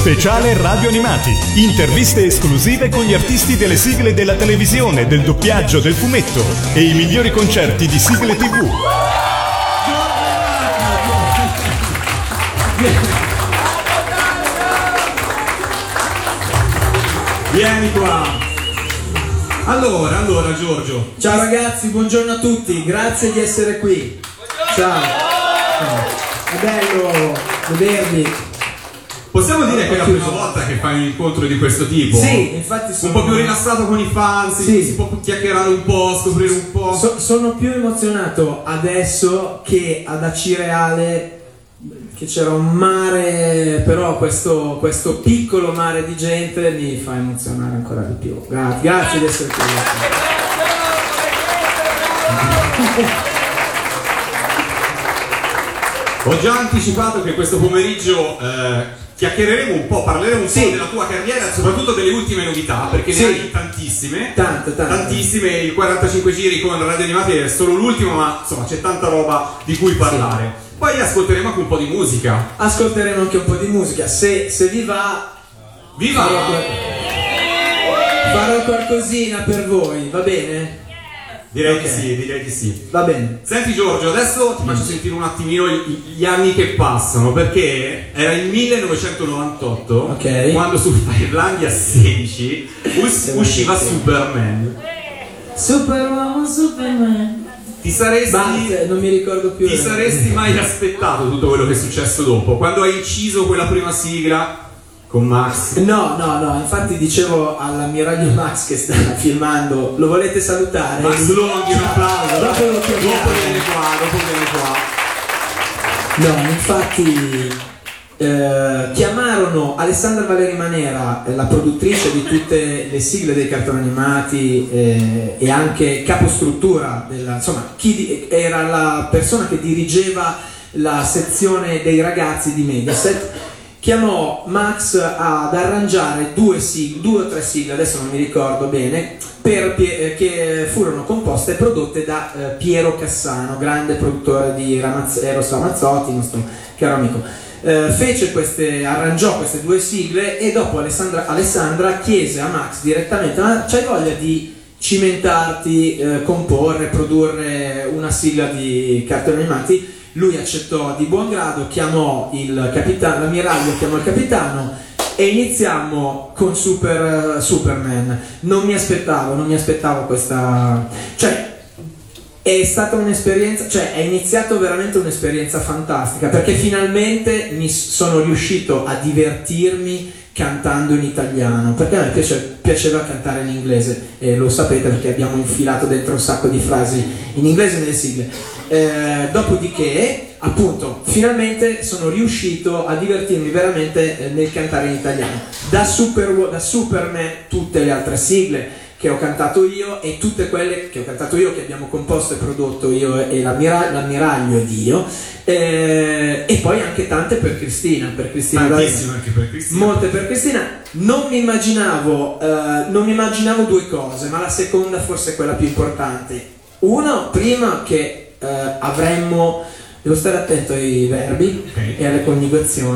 Speciale Radio Animati. Interviste esclusive con gli artisti delle sigle della televisione, del doppiaggio, del fumetto e i migliori concerti di sigle TV. Vieni qua. Allora Giorgio. Ciao ragazzi, buongiorno a tutti, grazie di essere qui. Ciao. È bello vedervi. Possiamo dire che è la prima volta che fai un incontro di questo tipo? Sì, infatti sono un po' più rilassato con i fans, sì. Si può chiacchierare un po', scoprire un po'. Sono più emozionato adesso che ad Acireale, che c'era un mare, però questo piccolo mare di gente mi fa emozionare ancora di più. Grazie di essere qui. Ho già anticipato che questo pomeriggio chiacchiereremo un po', parleremo un po' della tua carriera, soprattutto delle ultime novità, perché ne hai tantissime. Tantissime, il 45 giri con Radio Animati è solo l'ultimo, ma insomma c'è tanta roba di cui parlare. Sì. Poi ascolteremo anche un po' di musica. Ascolteremo anche un po' di musica, se vi va. Viva! Farò qualcosina per voi, va bene? Direi di sì. Va bene. Senti Giorgio, adesso ti faccio sentire un attimino gli anni che passano, perché era il 1998, quando su Firelandia 16 usciva Superman. Superman. Ti saresti non mi ricordo più. Ti saresti mai aspettato tutto quello che è successo dopo? Quando hai inciso quella prima sigla con Max? No, infatti dicevo all'ammiraglio Max che sta filmando, lo volete salutare? Max Longhi, un applauso. Dopo viene qua. No, infatti chiamarono Alessandra Valeri Manera, la produttrice di tutte le sigle dei cartoni animati e anche capostruttura insomma, era la persona che dirigeva la sezione dei ragazzi di Mediaset. Chiamò Max ad arrangiare due o tre sigle, adesso non mi ricordo bene, che furono composte e prodotte da Piero Cassano, grande produttore di Eros Ramazzotti, nostro caro amico. Arrangiò queste due sigle e dopo Alessandra chiese a Max direttamente: ma c'hai voglia di cimentarti, comporre, produrre una sigla di cartoni animati? Lui accettò di buon grado, chiamò l'ammiraglio chiamò il capitano e iniziamo con Superman. Non mi aspettavo questa, è stata un'esperienza, è iniziato veramente un'esperienza fantastica, perché finalmente mi sono riuscito a divertirmi cantando in italiano, perché a me piaceva cantare in inglese, e lo sapete perché abbiamo infilato dentro un sacco di frasi in inglese nelle sigle. Dopodiché, appunto, finalmente sono riuscito a divertirmi veramente nel cantare in italiano. Da Superman, tutte le altre sigle che ho cantato io e tutte quelle che ho cantato io, che abbiamo composto e prodotto io e l'ammiraglio ed io, e poi anche tante per Cristina tantissime anche per Cristina, molte per Cristina. Non mi immaginavo due cose, ma la seconda forse è quella più importante. Uno, prima che avremmo, devo stare attento ai verbi e alle coniugazioni.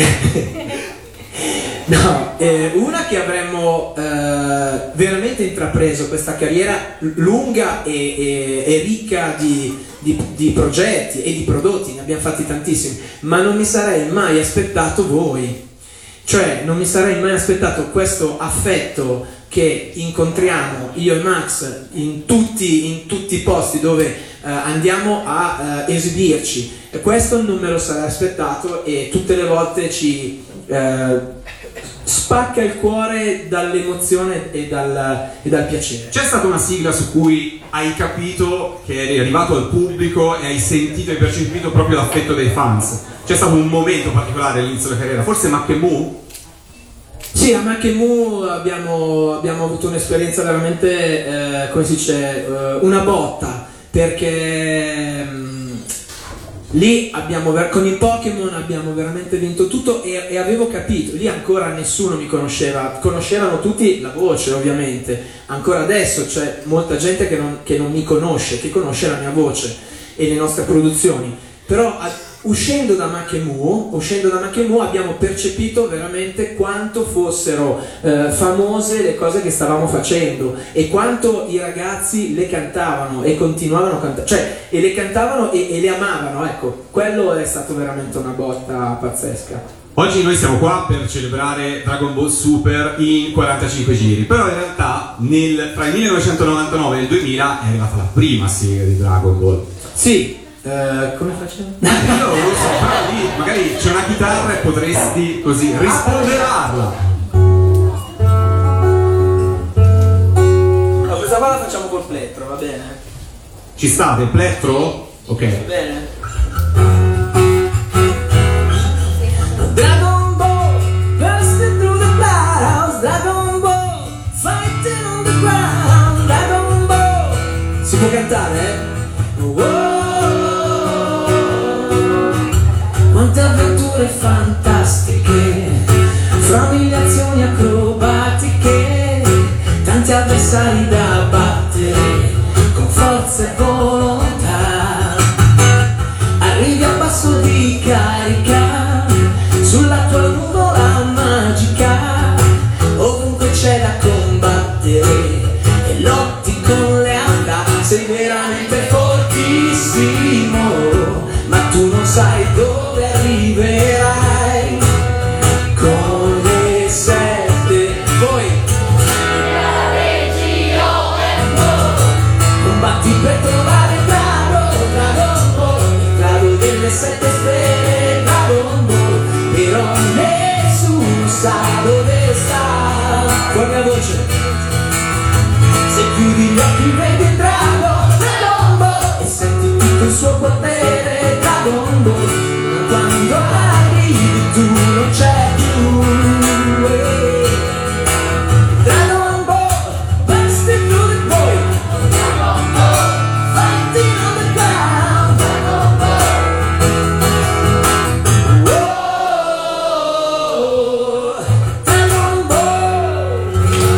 Una che avremmo veramente intrapreso questa carriera lunga e ricca di progetti e di prodotti, ne abbiamo fatti tantissimi, ma non mi sarei mai aspettato voi, non mi sarei mai aspettato questo affetto che incontriamo io e Max in tutti i posti dove andiamo a esibirci, e questo non me lo sarei aspettato, e tutte le volte ci spacca il cuore dall'emozione e dal piacere. C'è stata una sigla su cui hai capito che eri arrivato al pubblico e hai sentito e percepito proprio l'affetto dei fans? C'è stato un momento particolare all'inizio della carriera, forse Makemu? Sì, a Makemu abbiamo avuto un'esperienza veramente, come si dice, una botta, perché lì con i Pokémon abbiamo veramente vinto tutto, e avevo capito, lì ancora nessuno mi conoscevano tutti la voce, ovviamente, ancora adesso c'è molta gente che non mi conosce, che conosce la mia voce e le nostre produzioni, però uscendo da Makemu abbiamo percepito veramente quanto fossero famose le cose che stavamo facendo e quanto i ragazzi le cantavano e continuavano a cantare, cioè e le cantavano e le amavano, ecco, quello è stato veramente una botta pazzesca. Oggi noi siamo qua per celebrare Dragon Ball Super in 45 giri, però in realtà tra il 1999 e il 2000 è arrivata la prima sigla di Dragon Ball. Sì. Come facciamo? Io non lo so, però lì magari c'è una chitarra e potresti così rispolverarla. No, questa qua la facciamo col plettro, va bene? Ci state, plettro? Ok. Va bene. Dragon Ball, bursting through the clouds, Dragon Ball, fighting on the ground, Dragon Ball. Si può cantare, eh? Wow. Quante avventure fantastiche, fra mille azioni acrobatiche, tanti avversari da battere, con forza e volontà. Arrivi a passo di carica, sulla tua nuvola magica, ovunque c'è da combattere, e lotti con lealtà. Sei veramente fortissimo, ma tu non sai dove arriverai. Con le 7 voi la regione combatti per trovare il Dragon Ball, il grado delle 7 stelle Dragon Ball, però nessuno sa dove sta. Con la voce, se chiudi gli occhi vedi il Dragon Ball e senti tutto il suo potere Dragon Ball, ma quando arrivi tu non c'è più. Dragon Ball, bursting through the void, Dragon Ball, fighting on the ground, Dragon Ball. Whoa, Dragon Ball.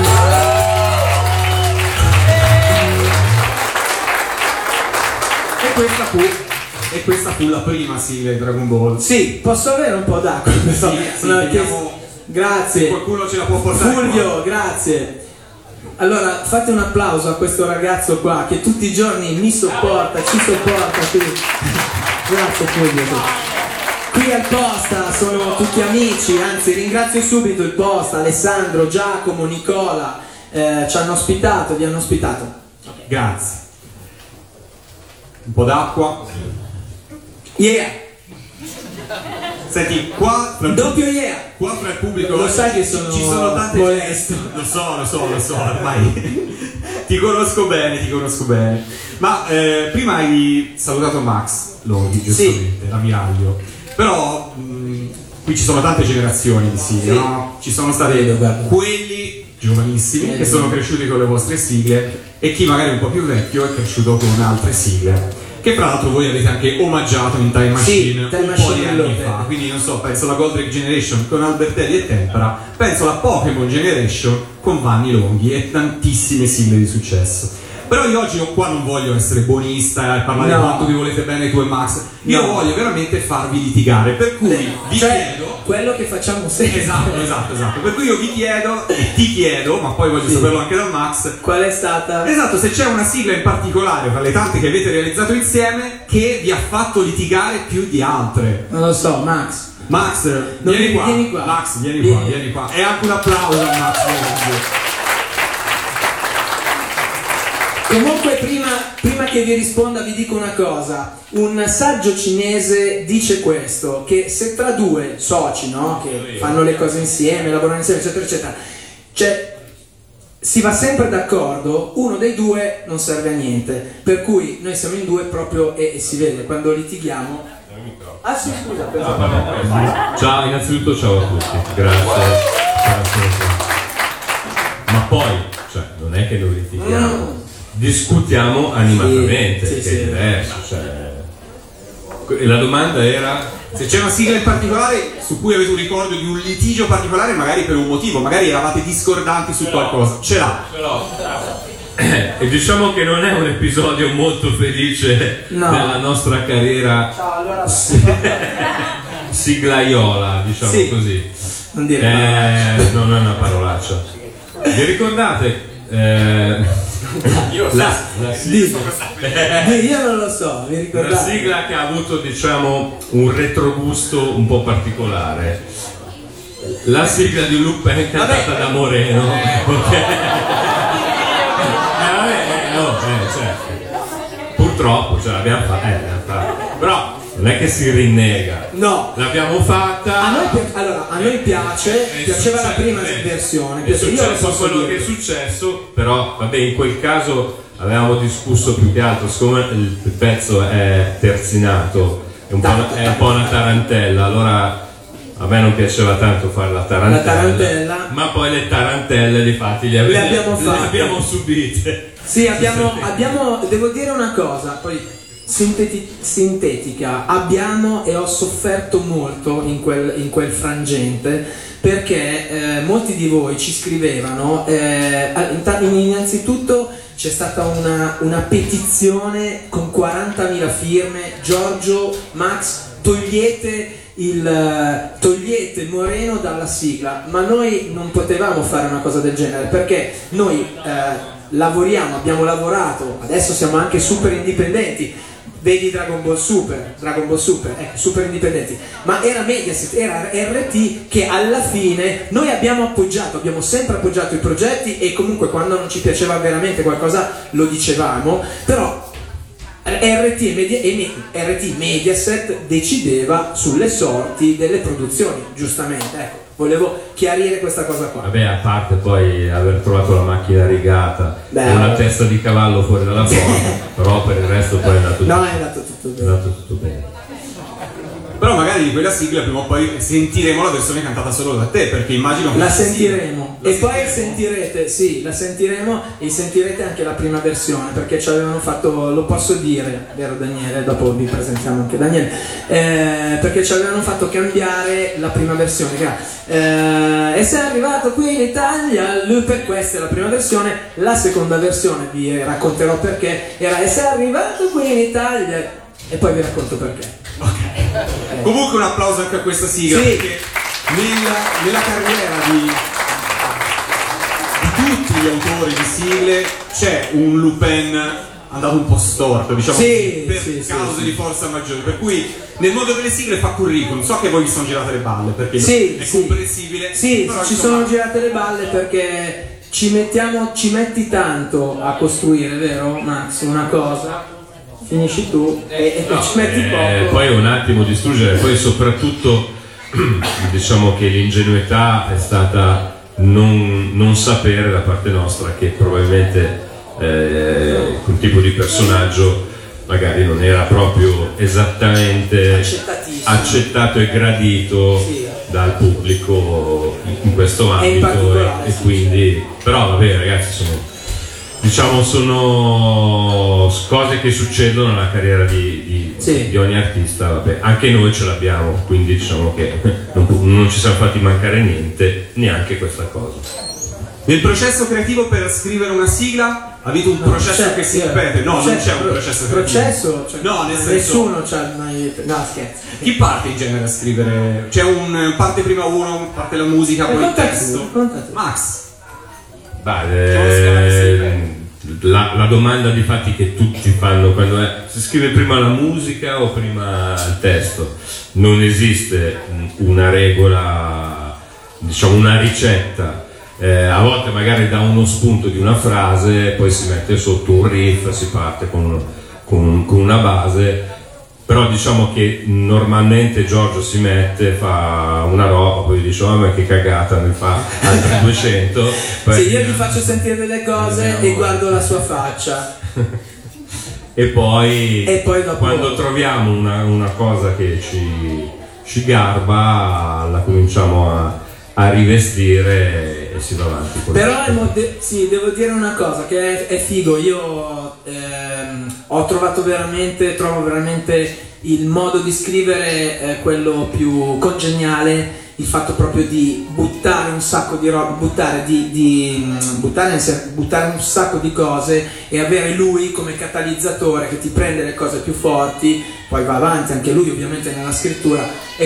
E questa fu la prima sigla di Dragon Ball. Sì, posso avere un po' d'acqua? Grazie. Se qualcuno ce la può portare. Fulvio, qua. grazie. Allora, fate un applauso a questo ragazzo qua che tutti i giorni mi sopporta, ci sopporta qui. Grazie Fulvio. Qui al Posta sono tutti amici, anzi ringrazio subito il Posta, Alessandro, Giacomo, Nicola, ci hanno ospitato, vi hanno ospitato. Grazie. Un po' d'acqua. Yeah! Senti, qua Doppio yeah! qua fra il pubblico Lo sai che sono ci sono tante molesto. Lo so, ormai ti conosco bene. Ma prima hai salutato Max Longhi, giustamente, l'ammiraglio. Però qui ci sono tante generazioni di sigle, sì. No? Ci sono stati quelli giovanissimi che sono cresciuti con le vostre sigle e chi magari è un po' più vecchio è cresciuto con altre sigle. Che fra l'altro voi avete anche omaggiato in Time Machine, sì, un po' di anni fa, quindi non so, penso alla Golden Generation con Albertelli e Tempera, penso alla Pokémon Generation con Vanni Longhi e tantissime sigle di successo. Però io oggi qua non voglio essere buonista e parlare di quanto vi volete bene tu e Max, io voglio veramente farvi litigare, per cui vi chiedo quello che facciamo sempre. Esatto, per cui io vi chiedo e ti chiedo, ma poi voglio saperlo anche da Max, qual è stata? Esatto, se c'è una sigla in particolare fra le tante che avete realizzato insieme che vi ha fatto litigare più di altre. Non lo so, Max, vieni qua. Max, vieni qua. E anche un applauso a Max. Comunque prima che vi risponda vi dico una cosa. Un saggio cinese dice questo, che se tra due soci, no, che fanno le cose insieme, lavorano insieme, eccetera eccetera, cioè si va sempre d'accordo, uno dei due non serve a niente, per cui noi siamo in due proprio e si vede quando litighiamo. Ah sì, scusa, ciao, innanzitutto ciao a tutti, grazie. Ma poi, cioè, non è che lo litighiamo, discutiamo animatamente, sì, che sì, è diverso, cioè. E la domanda era se c'è una sigla in particolare su cui avete un ricordo di un litigio particolare, magari per un motivo, magari eravate discordanti su qualcosa. Ce l'ho. E diciamo che non è un episodio molto felice della nostra carriera siglaiola, diciamo così. Non dire non è una parolaccia. Vi ricordate? Io non lo so, vi ricordate? Una sigla che ha avuto, diciamo, un retrogusto un po' particolare. La sigla di Lupin cantata da Moreno. Purtroppo ce l'abbiamo fatta. Però non è che si rinnega. No. L'abbiamo fatta. A noi piaceva la prima versione. È successo quello che è successo, però vabbè, in quel caso avevamo discusso più che altro, siccome il pezzo è terzinato, è un po' una tarantella, allora a me non piaceva tanto fare la tarantella, ma poi le tarantelle difatti le abbiamo subite. Sì, abbiamo devo dire una cosa, poi sintetica, e ho sofferto molto in quel frangente, perché molti di voi ci scrivevano, innanzitutto c'è stata una petizione con 40.000 firme: Giorgio, Max, togliete Moreno dalla sigla. Ma noi non potevamo fare una cosa del genere, perché noi abbiamo lavorato, adesso siamo anche super indipendenti, vedi Dragon Ball Super, super indipendenti, ma era Mediaset, era RT che alla fine noi abbiamo sempre appoggiato i progetti, e comunque quando non ci piaceva veramente qualcosa lo dicevamo, però RT Mediaset decideva sulle sorti delle produzioni, giustamente, ecco. Volevo chiarire questa cosa qua. Vabbè, a parte poi aver trovato la macchina rigata e una testa di cavallo fuori dalla porta, però per il resto poi è andato tutto bene. Però magari di quella sigla prima o poi sentiremo la versione cantata solo da te, perché immagino che la sentiremo. Poi sentirete, sì, la sentiremo, e sentirete anche la prima versione, perché ci avevano fatto, lo posso dire, vero Daniele? Dopo vi presentiamo anche Daniele, perché ci avevano fatto cambiare la prima versione, che era e sei arrivato qui in Italia, per questa è la prima versione. La seconda versione vi racconterò perché, era e sei arrivato qui in Italia, e poi vi racconto perché. Comunque un applauso anche a questa sigla, perché nella carriera di tutti gli autori di sigle c'è un Lupin andato un po' storto, diciamo, per cause di forza maggiore, per cui nel mondo delle sigle fa curriculum. So che voi vi sono girate le balle, perché è comprensibile. Però ci sono girate le balle, perché ci metti tanto a costruire, vero Max? Una cosa finisci tu e ci metti poco. Poi un attimo distruggere, poi soprattutto diciamo che l'ingenuità è stata non sapere da parte nostra che probabilmente quel tipo di personaggio magari non era proprio esattamente accettato e gradito dal pubblico in questo ambito, e quindi, però vabbè ragazzi, sono cose che succedono nella carriera di ogni artista. Vabbè, anche noi ce l'abbiamo, quindi diciamo che non ci siamo fatti mancare niente, neanche questa cosa. Nel processo creativo per scrivere una sigla avete un processo che si ripete? No, non c'è un processo creativo. No, nel senso, nessuno c'ha mai. No, scherzo. Chi parte in genere a scrivere? C'è un parte prima uno, parte la musica, poi il testo. Max. La domanda di fatti che tutti fanno quando si scrive prima la musica o prima il testo. Non esiste una regola, diciamo una ricetta. A volte magari dà uno spunto di una frase, poi si mette sotto un riff, si parte con una base, però diciamo che normalmente Giorgio si mette, fa una roba, poi dice oh ma che cagata, ne fa altri 200. Sì, io gli faccio sentire delle cose e guardo la sua faccia. E poi dopo, quando troviamo una cosa che ci garba, la cominciamo a rivestire e si va avanti. Però devo dire una cosa che è figo. Io trovo veramente il modo di scrivere è quello più congeniale, il fatto proprio di buttare un sacco di roba, buttare un sacco di cose e avere lui come catalizzatore che ti prende le cose più forti, poi va avanti anche lui ovviamente nella scrittura e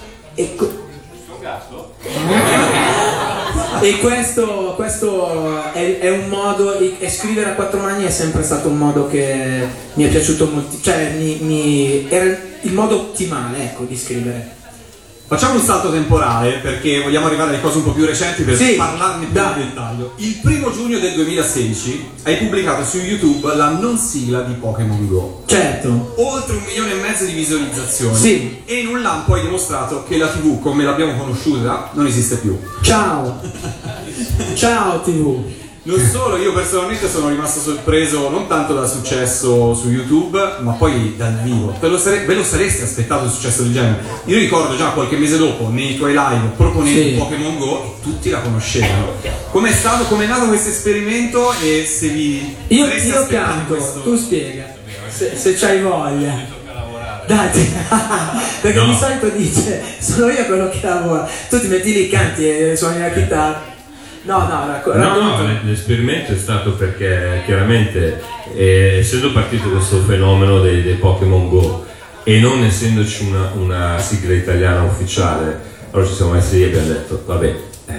questo è un modo, e scrivere a quattro mani è sempre stato un modo che mi è piaciuto molto, cioè era il modo ottimale, ecco, di scrivere. Facciamo un salto temporale perché vogliamo arrivare alle cose un po' più recenti per parlarne più nel dettaglio. Il 1 giugno del 2016 hai pubblicato su YouTube la non sigla di Pokémon Go. Certo. Oltre 1,5 milioni di visualizzazioni. Sì. E in un lampo hai dimostrato che la TV come l'abbiamo conosciuta non esiste più. Ciao. Ciao TV. Non solo, io personalmente sono rimasto sorpreso non tanto dal successo su YouTube, ma poi dal vivo. Ve lo saresti aspettato un successo del genere? Io ricordo già qualche mese dopo, nei tuoi live, proponevi Pokémon Go e tutti la conoscevano. Com'è stato, com'è nato questo esperimento e se vi... Io canto, tu spiega, se c'hai voglia. Dai, perché di solito dice, sono io quello che lavora. Tu ti metti lì, canti e suoni la chitarra. No, l'esperimento è stato perché chiaramente essendo partito questo fenomeno dei Pokémon Go e non essendoci una sigla italiana ufficiale, allora ci siamo messi lì e abbiamo detto vabbè,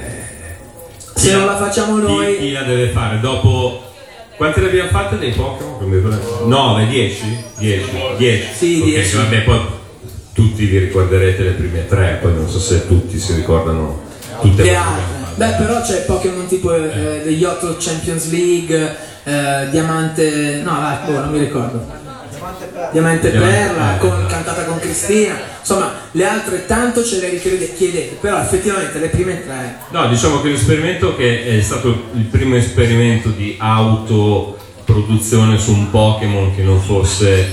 se non la facciamo noi chi la deve fare? Dopo quante ne abbiamo fatte dei Pokémon? 9, 10? 10. Sì, 10. Vabbè, poi tutti vi ricorderete le prime 3, poi non so se tutti si ricordano tutte le altre. Beh, però c'è Pokémon tipo The Yoto Champions League, Diamante, non mi ricordo. Diamante Perla, cantata con Cristina, insomma le altre tanto ce le chiedete, però effettivamente le prime 3. No, diciamo che l'esperimento che è stato il primo esperimento di autoproduzione su un Pokémon che non fosse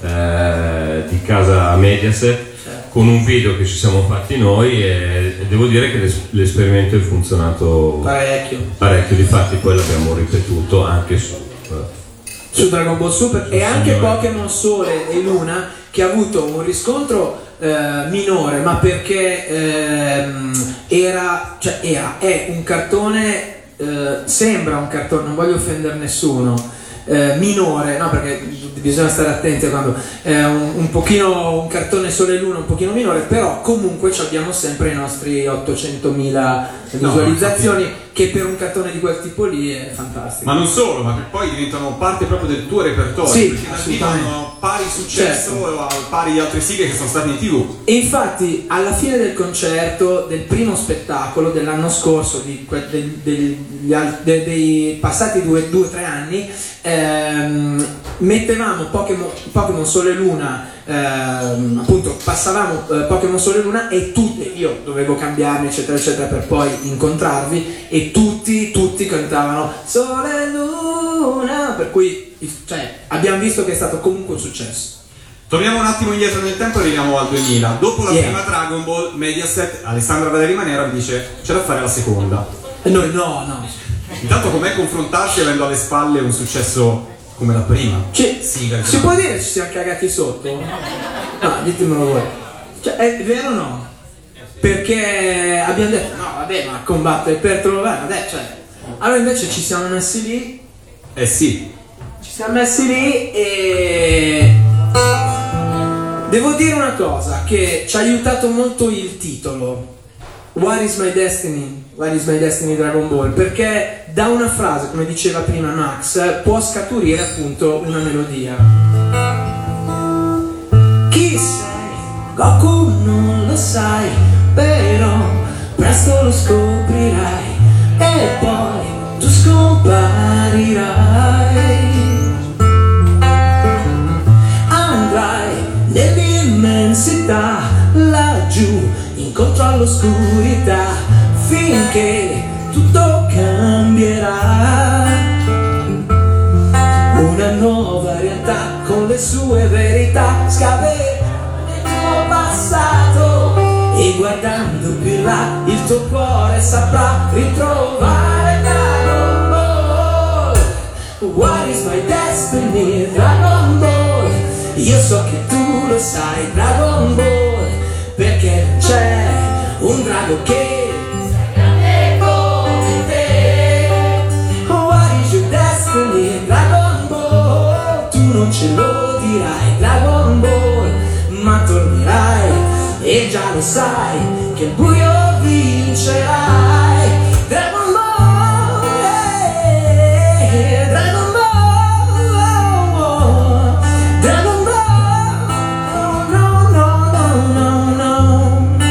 di casa Mediaset, con un video che ci siamo fatti noi e devo dire che l'esperimento è funzionato parecchio, difatti poi l'abbiamo ripetuto anche su Dragon Ball Super e anche Pokémon Sole e Luna, che ha avuto un riscontro minore, ma perché è un cartone, sembra un cartone, non voglio offendere nessuno, minore, no, perché bisogna stare attenti quando è un pochino un cartone Sole e Luna un pochino minore, però comunque abbiamo sempre i nostri 800.000 visualizzazioni, che per un cartone di quel tipo lì è fantastico. Ma non solo, ma poi diventano parte proprio del tuo repertorio, perché dal vivo hanno pari successo a pari di altre sigle che sono state in TV. E infatti alla fine del concerto del primo spettacolo dell'anno scorso, dei passati 2 o 3 anni, mettevamo Pokémon Sole e Luna, appunto passavamo Pokémon Sole e Luna e io dovevo cambiarmi eccetera eccetera per poi incontrarvi e tutti cantavano Sole e Luna, per cui abbiamo visto che è stato comunque un successo. Torniamo un attimo indietro nel tempo e arriviamo al 2000. Dopo la prima Dragon Ball, Mediaset, Alessandra Valeria Manera vi dice c'è da fare la seconda. E noi no. Intanto com'è confrontarsi avendo alle spalle un successo come la prima? Si può dire che ci siamo cagati sotto? No, ditemelo voi. È vero o no? Perché abbiamo detto no vabbè, ma combattere per trovare, allora invece ci siamo messi lì. Sì. Ci siamo messi lì e devo dire una cosa, che ci ha aiutato molto il titolo What is my destiny? What is my destiny Dragon Ball? Perché da una frase, come diceva prima Max, può scaturire appunto una melodia. Chi sei? Goku non lo sai, però presto lo scoprirai e poi tu scomparirai. Andrai nell'immensità, laggiù incontro all'oscurità, finché tutto cambierà. Una nuova realtà con le sue verità, scaverà nel tuo passato e guardando più in là il tuo cuore saprà ritrovare Dragon Ball. What is my destiny, Dragon Ball? Io so che tu lo sai, Dragon Ball, perché non c'è un drago che sia grande come te. What is your destiny, Dragon Ball? Tu non ce lo dirai, Dragon Ball, ma tornerai e già lo sai che il buio vincerai. Dragon Ball, Dragon Ball, Dragon Ball, no, no, no, no, no.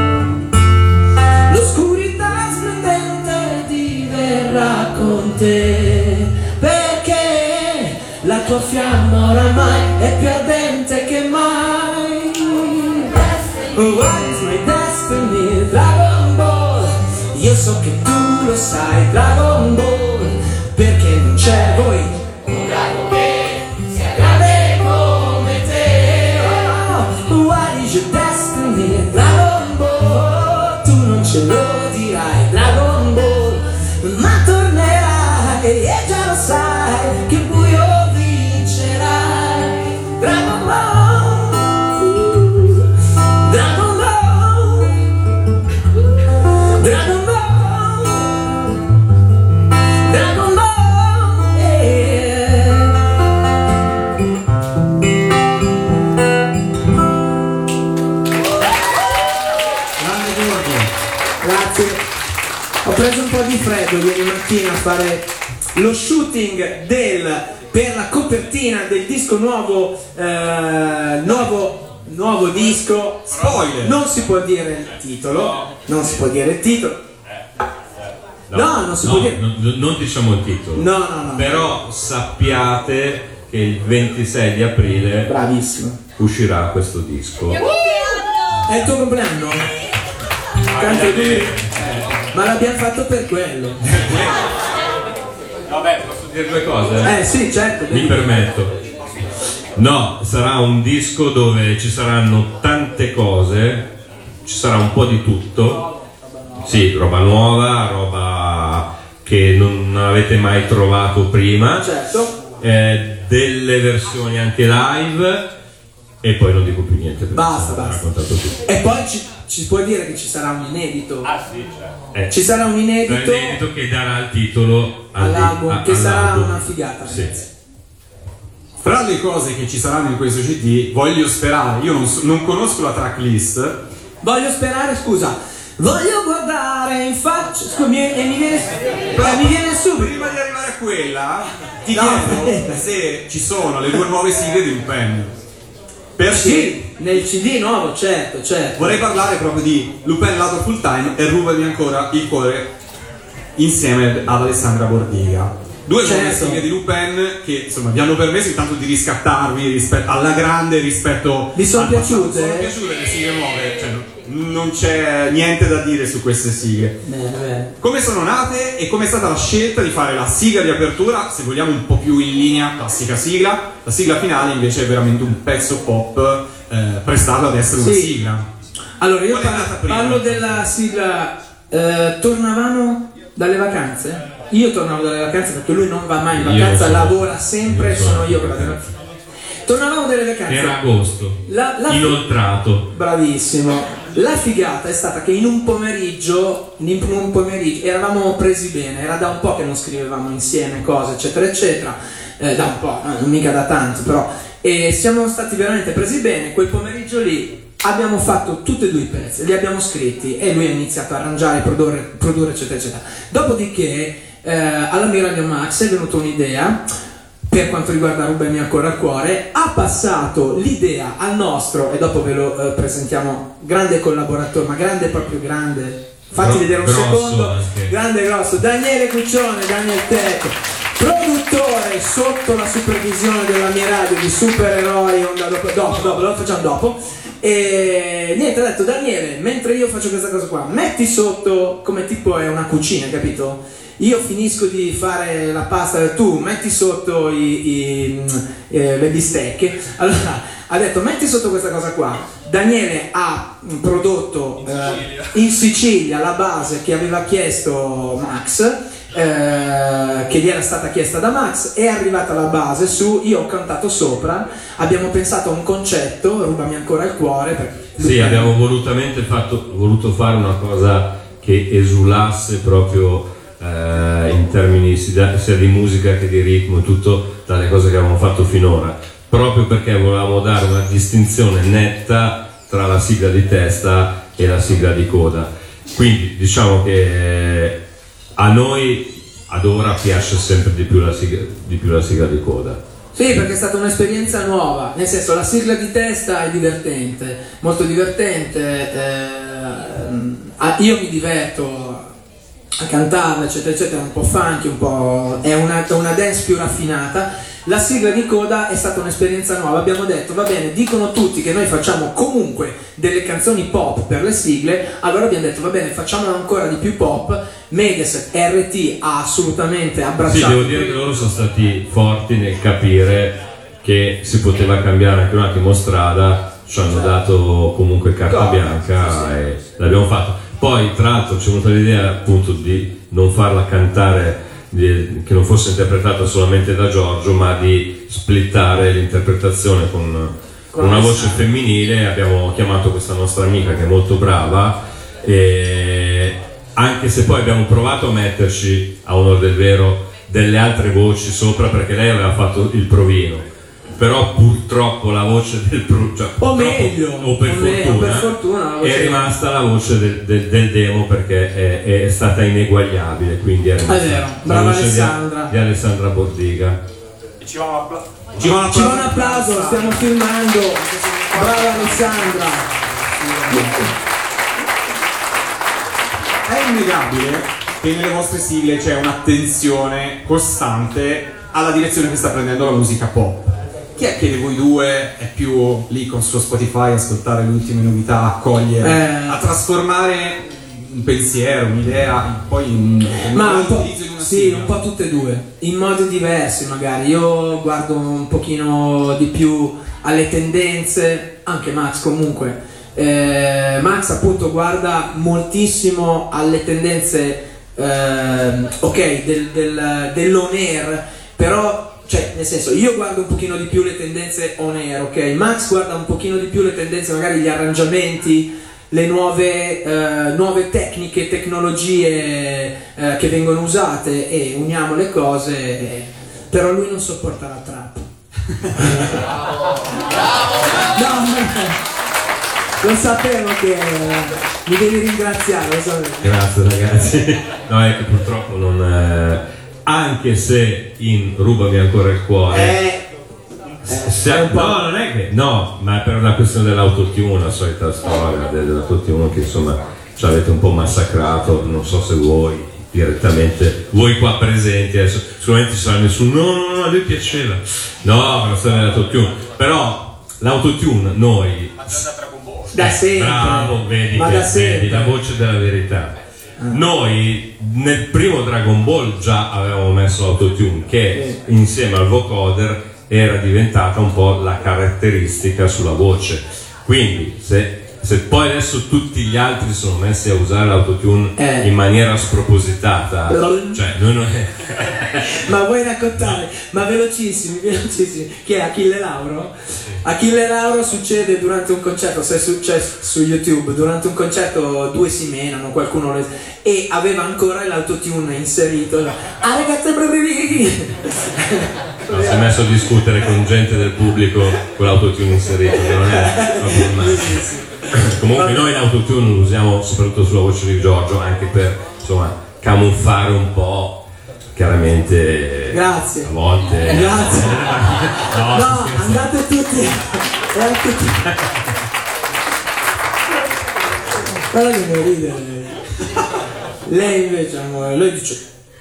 L'oscurità splendente diverrà con te, perché la tua fiamma oramai è più ardente che mai. What is my destiny, Dragon Ball? Io so che tu lo sai, Dragon Ball, perché non c'è voi un drago che sia grande come te. Oh, what is your destiny, Dragon Ball? Tu non ce lo dirai, Dragon Ball, ma tornerai e già lo sai che il buio vincerai. Dragon Ball, Dragon Ball, Dragon Ball, Dragon Ball, yeah. Grande Giorgio. Grazie. Ho preso un po' di freddo ieri mattina a fare lo shooting per la copertina del disco nuovo, nuovo disco. Spoiler. Non si può dire il titolo. Non si può dire il titolo. No, non si può dire. Non diciamo il titolo. No. Però sappiate che il 26 di aprile Bravissimo. uscirà questo disco. È il tuo compleanno? Tanto ma l'abbiamo fatto per quello. Vabbè, posso dire due cose? Sì, certo. Mi permetto. No, sarà un disco dove ci saranno tante cose, ci sarà un po' di tutto. Sì, roba nuova, roba che non avete mai trovato prima. Certo. Delle versioni anche live e poi non dico più niente. Basta. Raccontato tutto. E poi ci puoi dire che ci sarà un inedito. Sì, certo. Ci sarà un inedito che darà il titolo all'album, che sarà all'album. una figata. Sì. Fra le cose che ci saranno in questo CD, voglio sperare, io non conosco la tracklist. Voglio sperare, scusa, voglio guardare in faccia. Scusa, mi viene subito. Prima di arrivare a quella, ti No. chiedo se ci sono le due nuove sigle di Lupin. Perché Sì, nel CD nuovo, certo. vorrei parlare proprio di Lupin Ladro Full Time e Rubami ancora il cuore insieme ad Alessandra Bordiga. Due nuove Certo. sigle di Lupin che insomma vi hanno permesso intanto di riscattarvi rispetto alla grande rispetto. Vi sono al passato. piaciute? Sono piaciute le sigle nuove, cioè non c'è niente da dire su queste sigle. Bene. Come sono nate e come è stata la scelta di fare la sigla di apertura, se vogliamo un po' più in linea, classica sigla. La sigla finale invece è veramente un pezzo pop prestato ad essere una Sì. sigla. Allora io Qual è nata prima? parlo della sigla. Tornavamo dalle vacanze? Io tornavo dalle vacanze perché lui non va mai in Io vacanza, so. lavora sempre, Io so. sono io che vado in vacanza. Tornavamo dalle vacanze. Era agosto, inoltrato. Bravissimo. La figata è stata che in un pomeriggio eravamo presi bene, era da un po' che non scrivevamo insieme cose, eccetera, eccetera. Da un po', non mica da tanto, però. E siamo stati veramente presi bene. Quel pomeriggio lì abbiamo fatto tutti e due i pezzi, li abbiamo scritti e lui ha iniziato a arrangiare, produrre, eccetera, eccetera. Dopodiché, alla Miradio Max è venuta un'idea. Per quanto riguarda Rubami ancora al cuore, ha passato l'idea al nostro, e dopo ve lo presentiamo, grande collaboratore, ma grande proprio grande, fatti vedere un Grosso secondo, anche. grande grosso, Daniele Cuccione, Daniel Tech, produttore sotto la supervisione della mia radio di Supereroi, onda dopo, lo facciamo dopo. E niente, ha detto Daniele, mentre io faccio questa cosa qua, metti sotto, come tipo è una cucina, capito? Io finisco di fare la pasta, tu metti sotto le bistecche. Allora ha detto metti sotto questa cosa qua. Daniele ha prodotto in Sicilia la base che aveva chiesto Max che gli era stata chiesta da Max, è arrivata la base su, io ho cantato sopra, abbiamo pensato a un concetto, Rubami ancora il cuore. Sì, abbiamo voluto fare una cosa che esulasse proprio in termini sia di musica che di ritmo e tutto dalle cose che avevamo fatto finora, proprio perché volevamo dare una distinzione netta tra la sigla di testa e la sigla di coda. Quindi diciamo che a noi ad ora piace sempre di più la sigla di coda. Sì, perché è stata un'esperienza nuova, nel senso la sigla di testa è divertente, molto divertente, io mi diverto a cantarla, eccetera eccetera, un po' funky, è una dance più raffinata. La sigla di coda è stata un'esperienza nuova, abbiamo detto va bene, dicono tutti che noi facciamo comunque delle canzoni pop per le sigle, allora abbiamo detto va bene, facciamolo ancora di più pop. Mediaset RT ha assolutamente abbracciato. Sì, devo dire che loro sono stati forti nel capire che si poteva cambiare anche un attimo strada, ci hanno dato comunque carta bianca e l'abbiamo fatto. Poi tra l'altro ci è venuta l'idea appunto di non farla cantare, che non fosse interpretata solamente da Giorgio, ma di splittare l'interpretazione con una voce femminile. Abbiamo chiamato questa nostra amica che è molto brava, e anche se poi abbiamo provato a metterci, a onor del vero, delle altre voci sopra, perché lei aveva fatto il provino, però purtroppo la voce del o per fortuna è rimasta la voce del demo, perché è stata ineguagliabile, quindi è vero. Brava Alessandra di Alessandra Bordiga. E ci va un applauso, stiamo filmando. Brava Alessandra. È innegabile che nelle vostre sigle c'è un'attenzione costante alla direzione che sta prendendo la musica pop. Chi è che di voi due è più lì con suo Spotify a ascoltare le ultime novità, a cogliere, a trasformare un pensiero, un'idea poi in utilizzo in una sigla? Un po' tutte e due, in modi diversi magari. Io guardo un pochino di più alle tendenze, anche Max comunque. Max appunto guarda moltissimo alle tendenze dell'on air, però cioè nel senso io guardo un pochino di più le tendenze on air, ok? Max guarda un pochino di più le tendenze, magari gli arrangiamenti, le nuove tecniche, tecnologie che vengono usate, e uniamo le cose, però lui non sopporta la trap. No, lo sapevo che mi devi ringraziare, lo sapevo. Grazie ragazzi. No, è che purtroppo non anche se in Rubami ancora il cuore no, non è che no, ma è per una questione dell'autotune, la solita storia dell'autotune che insomma ci avete un po' massacrato. Non so se voi direttamente, voi qua presenti adesso sicuramente ci sarà nessuno no, a lui piaceva, no, per la storia dell'autotune, però l'autotune noi da sempre, bravo, vedi la voce della verità. Noi nel primo Dragon Ball già avevamo messo l'autotune, che insieme al vocoder era diventata un po' la caratteristica sulla voce. Quindi se poi adesso tutti gli altri sono messi a usare l'autotune in maniera spropositata, cioè noi non è... Ma vuoi raccontare? Ma velocissimi, che è Achille Lauro? Achille Lauro succede durante un concerto, se è successo su YouTube, durante un concerto due si menano, qualcuno e aveva ancora l'autotune inserito. Ah ragazzi, no, si è messo a discutere con gente del pubblico con l'autotune inserito, che non è proprio male. Comunque noi l'autotune lo usiamo soprattutto sulla voce di Giorgio, anche per insomma camuffare un po', chiaramente. Grazie. A volte. Grazie. No, andate tutti. Guarda che mi ride. Lei invece, amore, lei dice.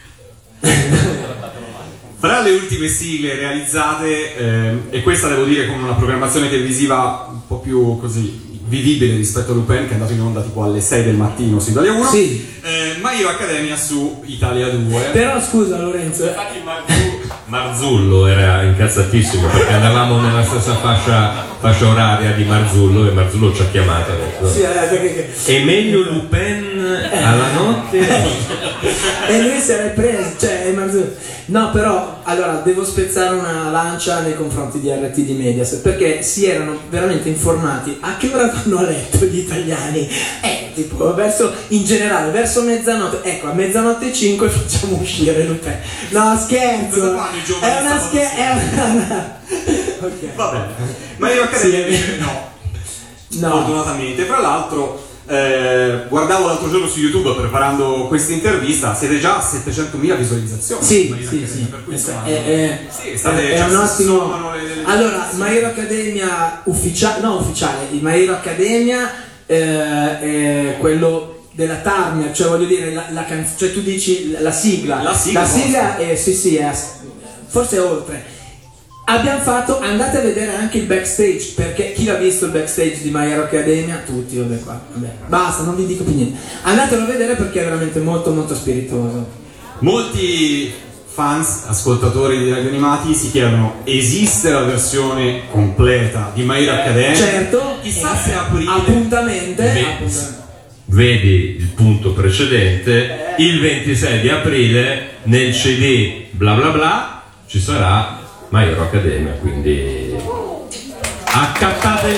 Fra le ultime sigle realizzate, e questa devo dire con una programmazione televisiva un po' più così vivibile rispetto a Lupin, che è andato in onda tipo alle 6 del mattino su Italia 1, sì. Ma io Accademia su Italia 2. Però scusa Lorenzo, infatti Marzullo era incazzatissimo perché andavamo nella stessa fascia fascia oraria di Marzullo, e Marzullo ci ha chiamato, ha detto, Sì, è meglio Lupin alla notte. E lui si era preso, cioè no, però allora devo spezzare una lancia nei confronti di RT di Mediaset, perché si erano veramente informati a che ora vanno a letto gli italiani, tipo in generale verso mezzanotte, ecco, a mezzanotte e 5 facciamo uscire Lupin. No, scherzo, è una scherzo. Okay. Va bene, ma io invece no, fortunatamente. Fra l'altro guardavo l'altro giorno su YouTube preparando questa intervista, siete già a 700.000 visualizzazioni. Sì. Per cui è un ottimo. Allora, My Hero Academia ufficiale, il My Hero Academia è quello della Turner, cioè voglio dire cioè tu dici la sigla è forse è oltre. Abbiamo fatto, andate a vedere anche il backstage, perché chi l'ha visto il backstage di My Hero Academia? Tutti, vabbè, basta, non vi dico più niente, andatelo a vedere perché è veramente molto molto spiritoso. Molti fans, ascoltatori di Radio Animati si chiedono: esiste la versione completa di My Hero Academia? Certo, chissà se aprile appuntamento. Vedi il punto precedente, il 26 di aprile nel CD bla bla bla ci sarà My Hero Academia, quindi accattate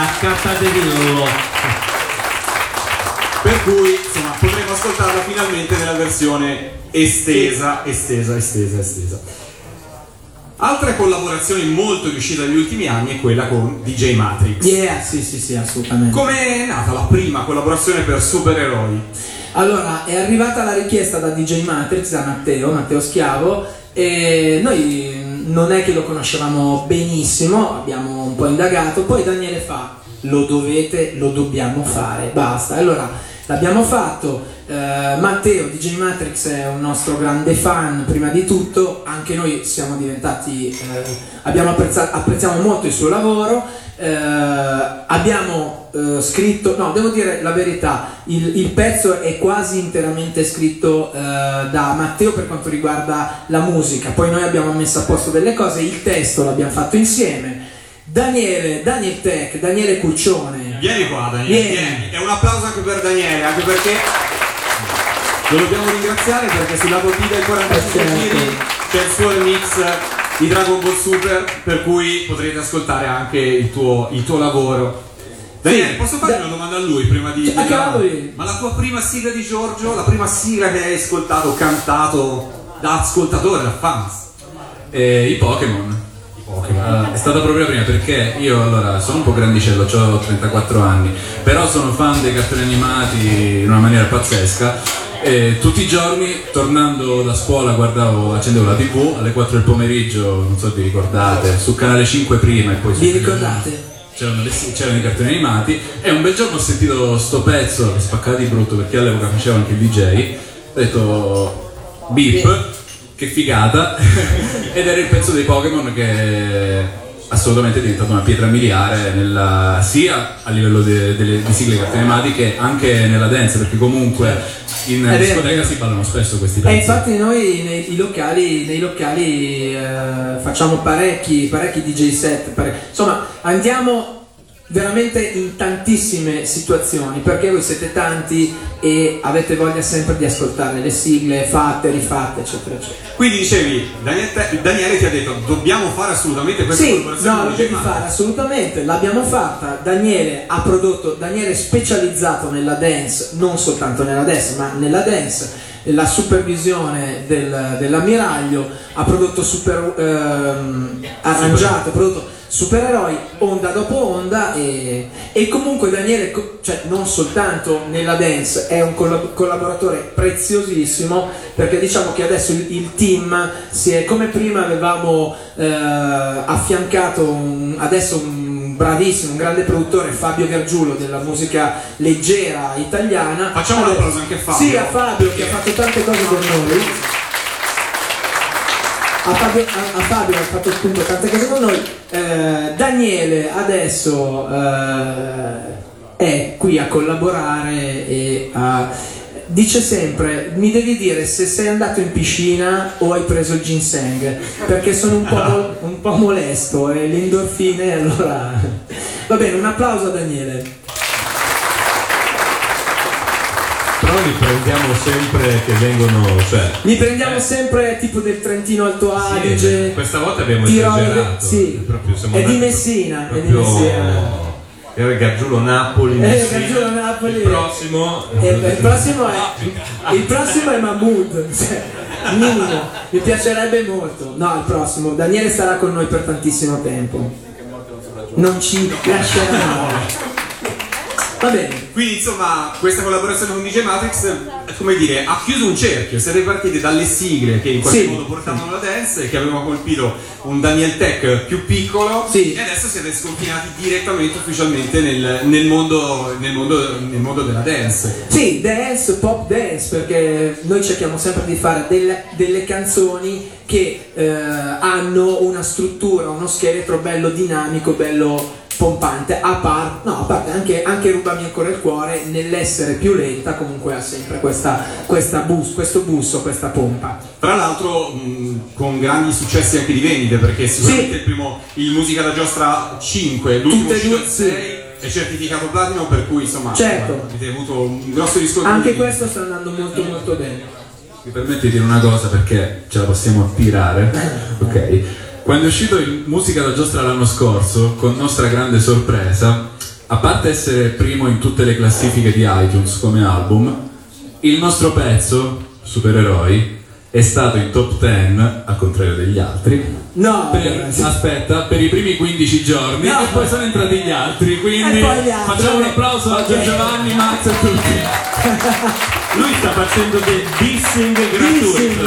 per cui insomma potremo ascoltarla finalmente nella versione estesa. Altre collaborazioni molto riuscite negli ultimi anni è quella con DJ Matrix. Sì, assolutamente. Come è nata la prima collaborazione per supereroi? Allora, è arrivata la richiesta da DJ Matrix, da Matteo Schiavo, e noi non è che lo conoscevamo benissimo, abbiamo un po' indagato, poi Daniele fa: lo dobbiamo fare, basta. Allora l'abbiamo fatto. Matteo, DJ Matrix, è un nostro grande fan prima di tutto, anche noi siamo diventati, apprezziamo molto il suo lavoro, abbiamo scritto, no, devo dire la verità, il pezzo è quasi interamente scritto da Matteo per quanto riguarda la musica, poi noi abbiamo messo a posto delle cose, il testo l'abbiamo fatto insieme. Daniele Cuccione, vieni qua Daniele, e un applauso anche per Daniele, anche perché lo dobbiamo ringraziare, perché sulla bottiglia del 45 giri c'è il suo remix di Dragon Ball Super, per cui potrete ascoltare anche il tuo lavoro. Daniele, posso fare una domanda a lui prima di... Ma la tua prima sigla di Giorgio, la prima sigla che hai ascoltato, cantato da ascoltatore, da fans? I Pokémon. È stata proprio la prima, perché io allora sono un po' grandicello, ho 34 anni, però sono fan dei cartoni animati in una maniera pazzesca. E tutti i giorni, tornando da scuola, accendevo la TV alle 4 del pomeriggio, non so se vi ricordate, su Canale 5 prima e poi vi ricordate? C'erano i cartoni animati, e un bel giorno ho sentito sto pezzo che spaccava di brutto, perché all'epoca facevo anche il DJ, ho detto beep, che figata, ed era il pezzo dei Pokémon che assolutamente è diventato una pietra miliare sia a livello di sigle cartoni animati che anche nella dance, perché comunque in discoteca si ballano spesso questi pezzi. E infatti noi nei locali facciamo parecchi DJ set, insomma andiamo veramente in tantissime situazioni, perché voi siete tanti e avete voglia sempre di ascoltare le sigle fatte, rifatte, eccetera eccetera. Quindi dicevi, Daniele ti ha detto: dobbiamo fare assolutamente questa collaborazione. No, lo devi fare assolutamente, l'abbiamo fatta. Daniele è specializzato nella dance, non soltanto nella dance, ma nella dance, la supervisione dell'ammiraglio, ha prodotto arrangiato, prodotto supereroi onda dopo onda, e comunque Daniele, cioè, non soltanto nella dance, è un collaboratore preziosissimo, perché diciamo che adesso il team come prima avevamo affiancato adesso un bravissimo, un grande produttore, Fabio Gargiulo, della musica leggera italiana. Facciamo un applauso anche a Fabio. Sì, a Fabio, che ha fatto tante cose con noi. A Fabio ha fatto appunto tante cose con noi. Daniele adesso è qui a collaborare e dice sempre: mi devi dire se sei andato in piscina o hai preso il ginseng, perché sono un po' molesto e le endorfine, allora va bene, un applauso a Daniele. Però li prendiamo sempre che vengono, cioè li prendiamo sempre tipo del Trentino Alto Adige. Sì, questa volta abbiamo Tirol, esagerato. sì. È di Messina, è di Messina. Era Gargiulo Napoli. Gargiulo Napoli. Il prossimo è Mahmood, cioè, minimo. Mi piacerebbe molto. No, il prossimo. Daniele starà con noi per tantissimo tempo. Non ci lascerà mai. Va bene. Quindi insomma questa collaborazione con DJ Matrix, come dire, ha chiuso un cerchio. Siete partiti dalle sigle che in qualche modo portavano la dance e che avevano colpito un Daniel Tech più piccolo, e adesso siete sconfinati direttamente ufficialmente nel mondo della dance. Sì, dance, pop dance, perché noi cerchiamo sempre di fare delle canzoni che hanno una struttura, uno scheletro bello dinamico, bello pompante, a parte anche Rubami ancora il cuore, nell'essere più lenta comunque ha sempre questo busso, questa pompa. Tra l'altro con grandi successi anche di vendite, perché sicuramente il Musica da Giostra 5, l'ultimo uscito il 6 è certificato platino, per cui insomma avete avuto un grosso riscontro. Anche questo sta andando molto molto bene. Mi permetti di dire una cosa perché ce la possiamo attirare? Ok. Quando è uscito il Musica da Giostra l'anno scorso, con nostra grande sorpresa, a parte essere primo in tutte le classifiche di iTunes come album, il nostro pezzo, Supereroi, è stato in top 10, al contrario degli altri, per i primi 15 giorni, e poi sono entrati gli altri, quindi facciamo un applauso a Giovanni, Max e tutti. Lui sta facendo del dissing gratuito,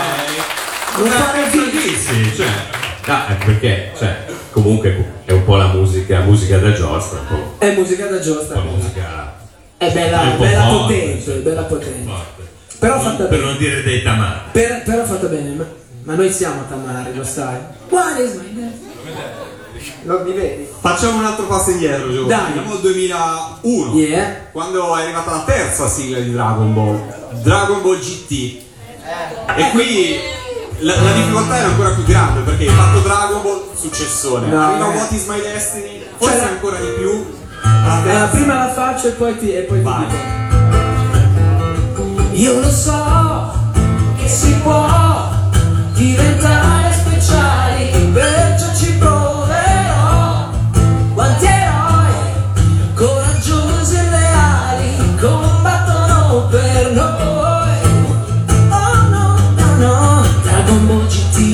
perché comunque è un po' la musica da giostra, è musica da giostra, è bella potente. Però fatta per bene. non dire dei tamari. Però fatta bene, ma noi siamo tamari, lo sai. What is my name? Lo mi vedi? Facciamo un altro passo indietro, Gio. Andiamo al 2001, quando è arrivata la terza sigla di Dragon Ball GT. E qui la difficoltà era ancora più grande, perché hai fatto Dragon Ball, successone. Arriva What is my destiny, forse ancora di più. Prima la faccio e poi ti dico. Io lo so che si può diventare speciali, perciò ci proverò. Quanti eroi coraggiosi e leali combattono per noi. Oh no, Dragon Ball GT.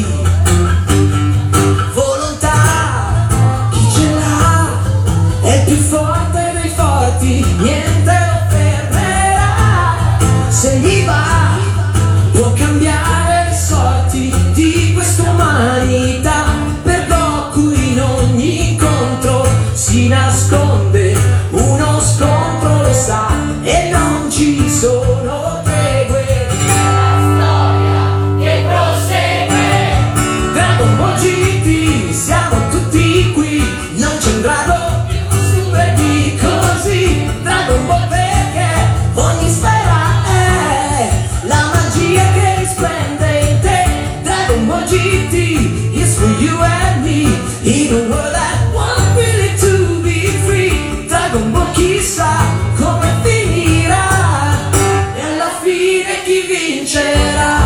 Volontà, chi ce l'ha è più forte dei forti, niente lo fermerà. Se gli va, può cambiare le sorti di questa umanità. Per Goku in ogni incontro si nasconde uno scontro, lo sa, e non ci sono tregue. La storia che prosegue. Dragon Ball GT, siamo tutti qui, non c'è un drago più super di così. Dragon Ball perché ogni sfera la magia che risplende in te. Dragon Ball GT is for you and me, in a world that wants really to be free. Dragon Ball chissà come finirà, e alla fine chi vincerà.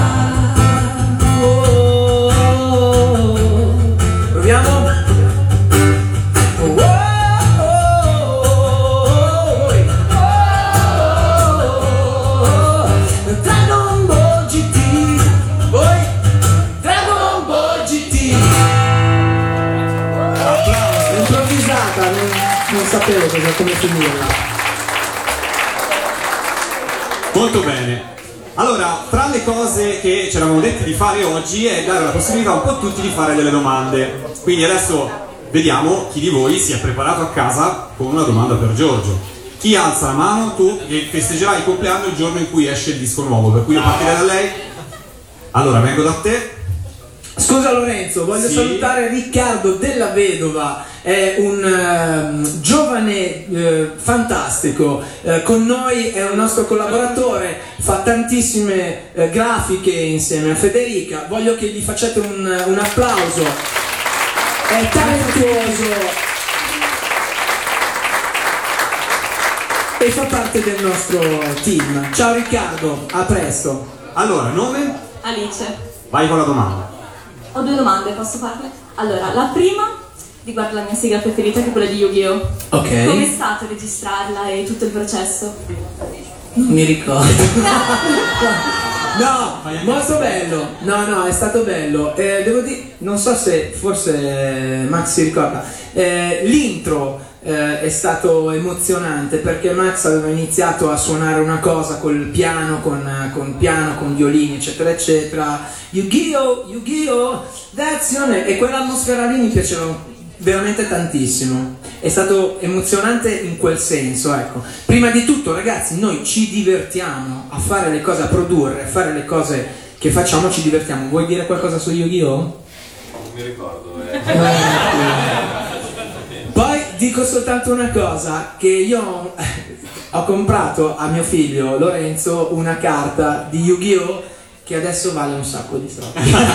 Proviamo. Dragon Ball GT, Dragon Ball GT. Improvvisata, non sapevo come finirla. Molto bene. Allora, tra le cose che ci eravamo detti di fare oggi è dare la possibilità un po' a tutti di fare delle domande. Quindi adesso vediamo chi di voi si è preparato a casa con una domanda per Giorgio. Chi alza la mano? Tu che festeggerai il compleanno il giorno in cui esce il disco nuovo, per cui io partirei da lei. Allora, vengo da te. Scusa Lorenzo, voglio salutare Riccardo Della Vedova, è un giovane fantastico, con noi è un nostro collaboratore, fa tantissime grafiche insieme a Federica, voglio che gli facciate un applauso, è talentuoso e fa parte del nostro team. Ciao Riccardo, a presto. Allora, nome? Alice. Vai con la domanda. Ho 2 domande, posso farle? Allora, la prima riguarda la mia sigla preferita, che è quella di Yu-Gi-Oh! Ok. Come è stato registrarla e tutto il processo? Non mi ricordo. No, molto bello. No, è stato bello. Devo dire, non so se forse Max si ricorda. L'intro è stato emozionante perché Max aveva iniziato a suonare una cosa col piano, con piano, con violini, eccetera, eccetera. Yu-Gi-Oh! That's your name. E quell'atmosfera lì mi piaceva veramente tantissimo. È stato emozionante in quel senso, ecco. Prima di tutto, ragazzi, noi ci divertiamo a fare le cose, a produrre, a fare le cose che facciamo, ci divertiamo. Vuoi dire qualcosa su Yu-Gi-Oh? Non mi ricordo. Poi dico soltanto una cosa, che io ho comprato a mio figlio Lorenzo una carta di Yu-Gi-Oh! Che adesso vale un sacco di soldi. Qual è?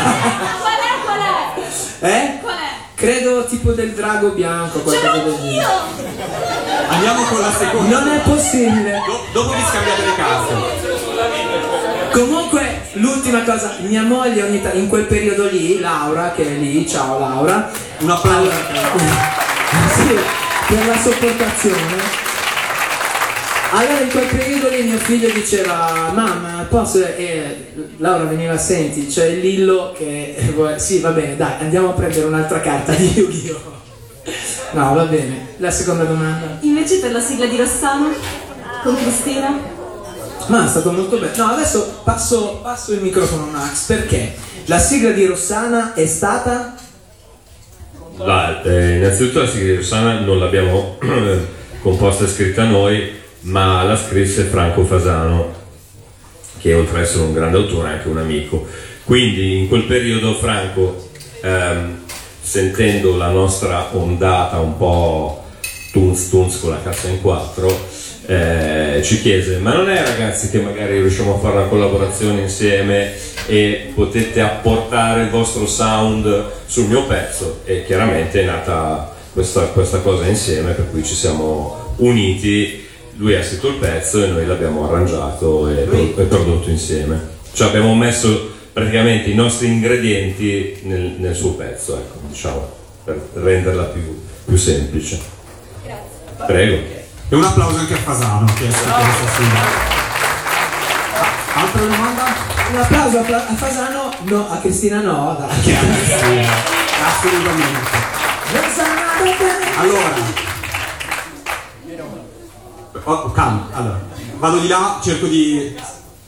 Qual è? Credo tipo del drago bianco, qualcosa del genere. Andiamo con la seconda. Non è possibile. Dopo vi scambiate le carte. Comunque, l'ultima cosa, mia moglie in quel periodo lì, Laura, che è lì, ciao Laura. Un applauso. Sì, per la sopportazione. Allora in quel periodo lì mio figlio diceva: mamma, posso? E Laura veniva, senti, c'è il Lillo che sì, va bene, dai, andiamo a prendere un'altra carta di Yu-Gi-Oh! No, va bene. La seconda domanda. Invece per la sigla di Rossano, con Cristina? Ma è stato molto bello. No, adesso passo il microfono a Max, perché la sigla di Rossana è stata... Innanzitutto la sigla di Rossana non l'abbiamo composta e scritta noi, ma la scrisse Franco Fasano, che oltre ad essere un grande autore è anche un amico. Quindi in quel periodo Franco, sentendo la nostra ondata un po' tunz con la cassa in quattro, ci chiese: ma non è, ragazzi, che magari riusciamo a fare una collaborazione insieme e potete apportare il vostro sound sul mio pezzo? E chiaramente è nata questa cosa insieme, per cui ci siamo uniti. Lui ha scritto il pezzo e noi l'abbiamo arrangiato e prodotto insieme. Cioè abbiamo messo praticamente i nostri ingredienti nel suo pezzo, ecco, diciamo, per renderla più semplice. Grazie. Prego. E un applauso anche a Fasano che è stato questa sigla. Altra domanda? Un applauso a Fasano, no, a Cristina no, dai. Assolutamente. Allora, calma, allora, vado di là, cerco di...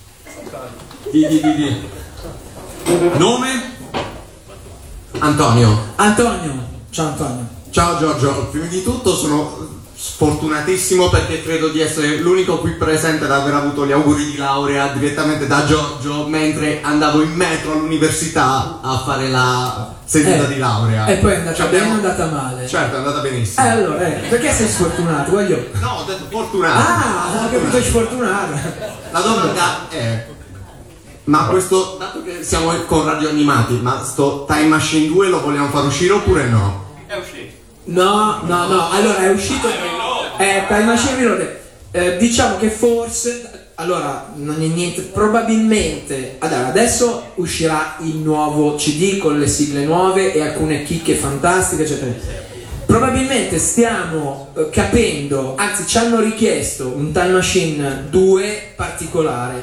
Nome? Antonio. Ciao Antonio. Ciao Giorgio, prima di tutto sono sfortunatissimo perché credo di essere l'unico qui presente ad aver avuto gli auguri di laurea direttamente da Giorgio mentre andavo in metro all'università a fare la seduta di laurea. E poi è andata bene o è andata male? Certo, è andata benissimo. Allora, perché sei sfortunato? Voglio... No, ho detto fortunato. Ah, ho capito, sfortunato. La domanda è: ma questo, dato che siamo con Radio Animati, ma sto Time Machine 2 lo vogliamo far uscire oppure no? È uscito. No, allora è uscito Time Machine Reloaded. Diciamo che forse, allora non è niente, probabilmente adesso uscirà il nuovo CD con le sigle nuove e alcune chicche fantastiche, eccetera. Probabilmente stiamo capendo, anzi ci hanno richiesto un Time Machine 2 particolare.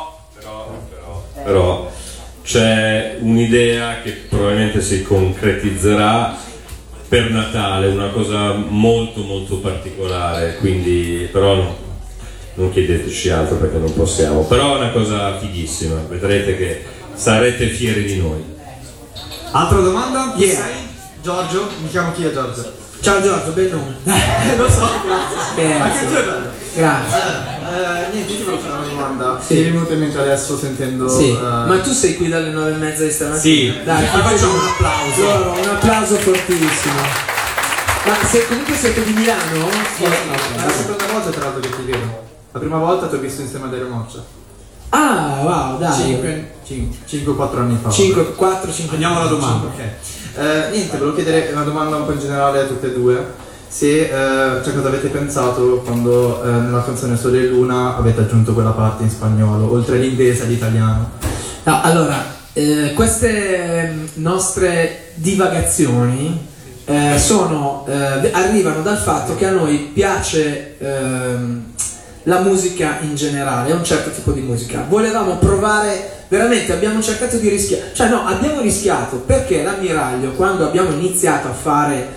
Però c'è un'idea che probabilmente si concretizzerà per Natale, una cosa molto molto particolare, quindi però non chiedeteci altro perché non possiamo, però è una cosa fighissima, vedrete che sarete fieri di noi. Altra domanda? Yeah. Sei? Giorgio, mi chiamo chi è Giorgio? Ciao Giorgio, bel nome. Lo so, grazie. Anche tu è bello. Grazie. Niente, io ti volevo fare una domanda. Sì. Mi è venuta in mente adesso sentendo. Sì, ma tu sei qui dalle 9:30 di stamattina? Sì, dai, facciamo un applauso. Loro, un applauso fortissimo. Ma comunque siete di Milano? Sì, è la seconda volta tra l'altro che ti vedo. La prima volta ti ho visto insieme a Dario Moccia. Ah, wow, dai. 5-4 anni fa. 4-5 Andiamo alla domanda. Ok. Niente, volevo chiedere una domanda un po' in generale a tutte e due. Se cioè cosa avete pensato quando nella canzone Sole e Luna avete aggiunto quella parte in spagnolo, oltre all'inglese e all'italiano? No, allora, queste nostre divagazioni arrivano dal fatto che a noi piace la musica in generale, un certo tipo di musica. Volevamo provare, veramente abbiamo cercato di rischiare, cioè no, abbiamo rischiato perché l'Ammiraglio, quando abbiamo iniziato a fare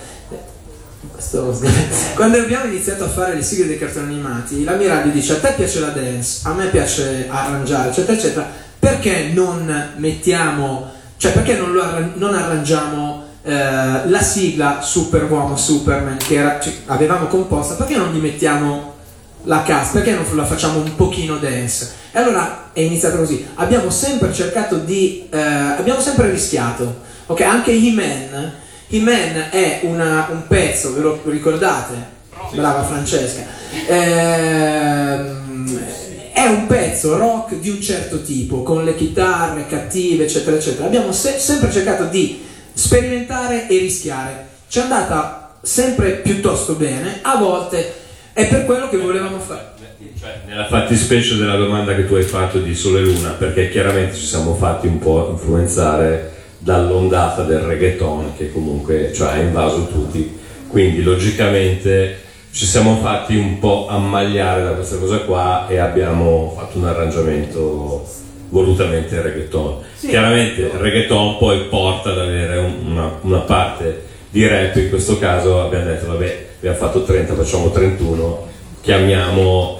le sigle dei cartoni animati, l'Ammiraglio dice: a te piace la dance, a me piace arrangiare, eccetera eccetera, perché non mettiamo, cioè perché non arrangiamo la sigla Superuomo Superman che avevamo composta, perché non gli mettiamo la cast, perché non la facciamo un pochino dance? E allora è iniziato così. Abbiamo sempre cercato di abbiamo sempre rischiato, ok? Anche He-Man è un pezzo, ve lo ricordate? Brava Francesca. È un pezzo rock di un certo tipo, con le chitarre cattive, eccetera eccetera. Abbiamo sempre cercato di sperimentare e rischiare. Ci è andata sempre piuttosto bene, a volte è per quello che volevamo fare. Cioè, nella fattispecie della domanda che tu hai fatto di Sole e Luna, perché chiaramente ci siamo fatti un po' influenzare dall'ondata del reggaeton che comunque ha invaso tutti, quindi logicamente ci siamo fatti un po' ammagliare da questa cosa qua e abbiamo fatto un arrangiamento volutamente reggaeton. Sì. Chiaramente il reggaeton poi porta ad avere una parte di rap, in questo caso abbiamo detto vabbè, abbiamo fatto 30, facciamo 31, chiamiamo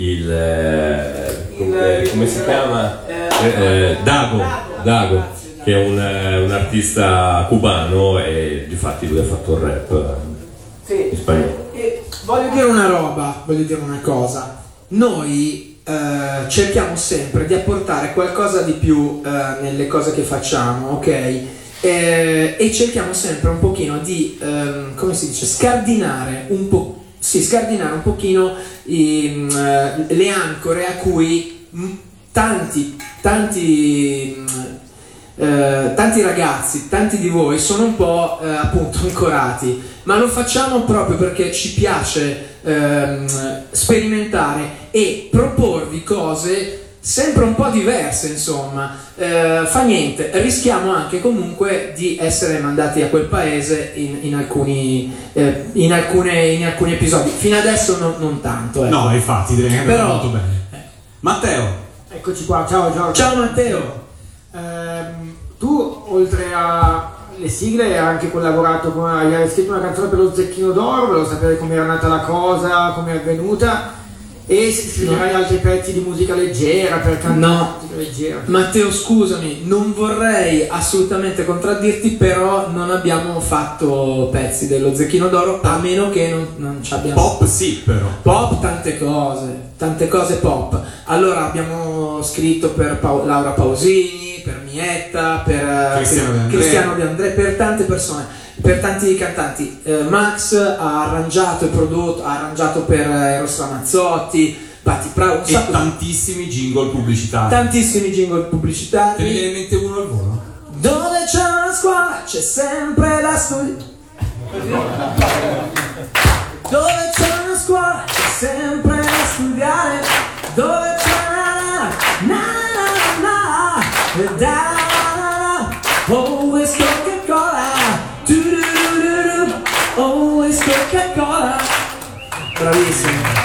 come si chiama? Dago, che è un artista cubano e difatti lui ha fatto il rap in spagnolo. E voglio dire una cosa. Noi cerchiamo sempre di apportare qualcosa di più nelle cose che facciamo, ok? E cerchiamo sempre un pochino di, come si dice, scardinare un pochino le ancore a cui tanti ragazzi, tanti di voi sono un po' appunto ancorati, ma lo facciamo proprio perché ci piace sperimentare e proporvi cose sempre un po' diverse, insomma. Fa niente, rischiamo anche comunque di essere mandati a quel paese in alcuni episodi. Fino adesso non tanto, no, infatti direi che è però molto bene. Matteo, eccoci qua, ciao Matteo. Tu oltre alle sigle hai anche collaborato hai scritto una canzone per lo Zecchino d'Oro, volevo sapere come era nata la cosa, come è avvenuta, e se scriverai altri pezzi di musica leggera per cantare musica leggera. Matteo, scusami, non vorrei assolutamente contraddirti, però non abbiamo fatto pezzi dello Zecchino d'Oro, a meno che non ci abbiamo. Pop sì, però Pop, tante cose pop. Allora abbiamo scritto per Laura Pausini, per Mietta, per Cristiano De André, per tante persone, per tanti cantanti. Max ha arrangiato e prodotto, ha arrangiato per Eros Ramazzotti, Patti Pravo, e tantissimi jingle pubblicitari. Te ne viene in mente uno al volo? Dove c'è una scuola c'è sempre da studiare. Dove c'è una scuola c'è sempre da studiare. Dove c'è always Coca-Cola, always Coca-Cola. Bravissimo.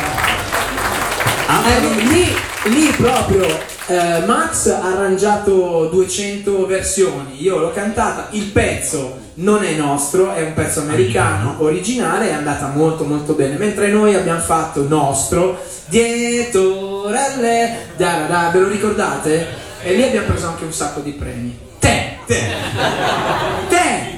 Lì proprio Max ha arrangiato 200 versioni, io l'ho cantata, il pezzo non è nostro, è un pezzo americano originale, è andata molto molto bene, mentre noi abbiamo fatto nostro dietro ve lo ricordate? E lì abbiamo preso anche un sacco di premi. Te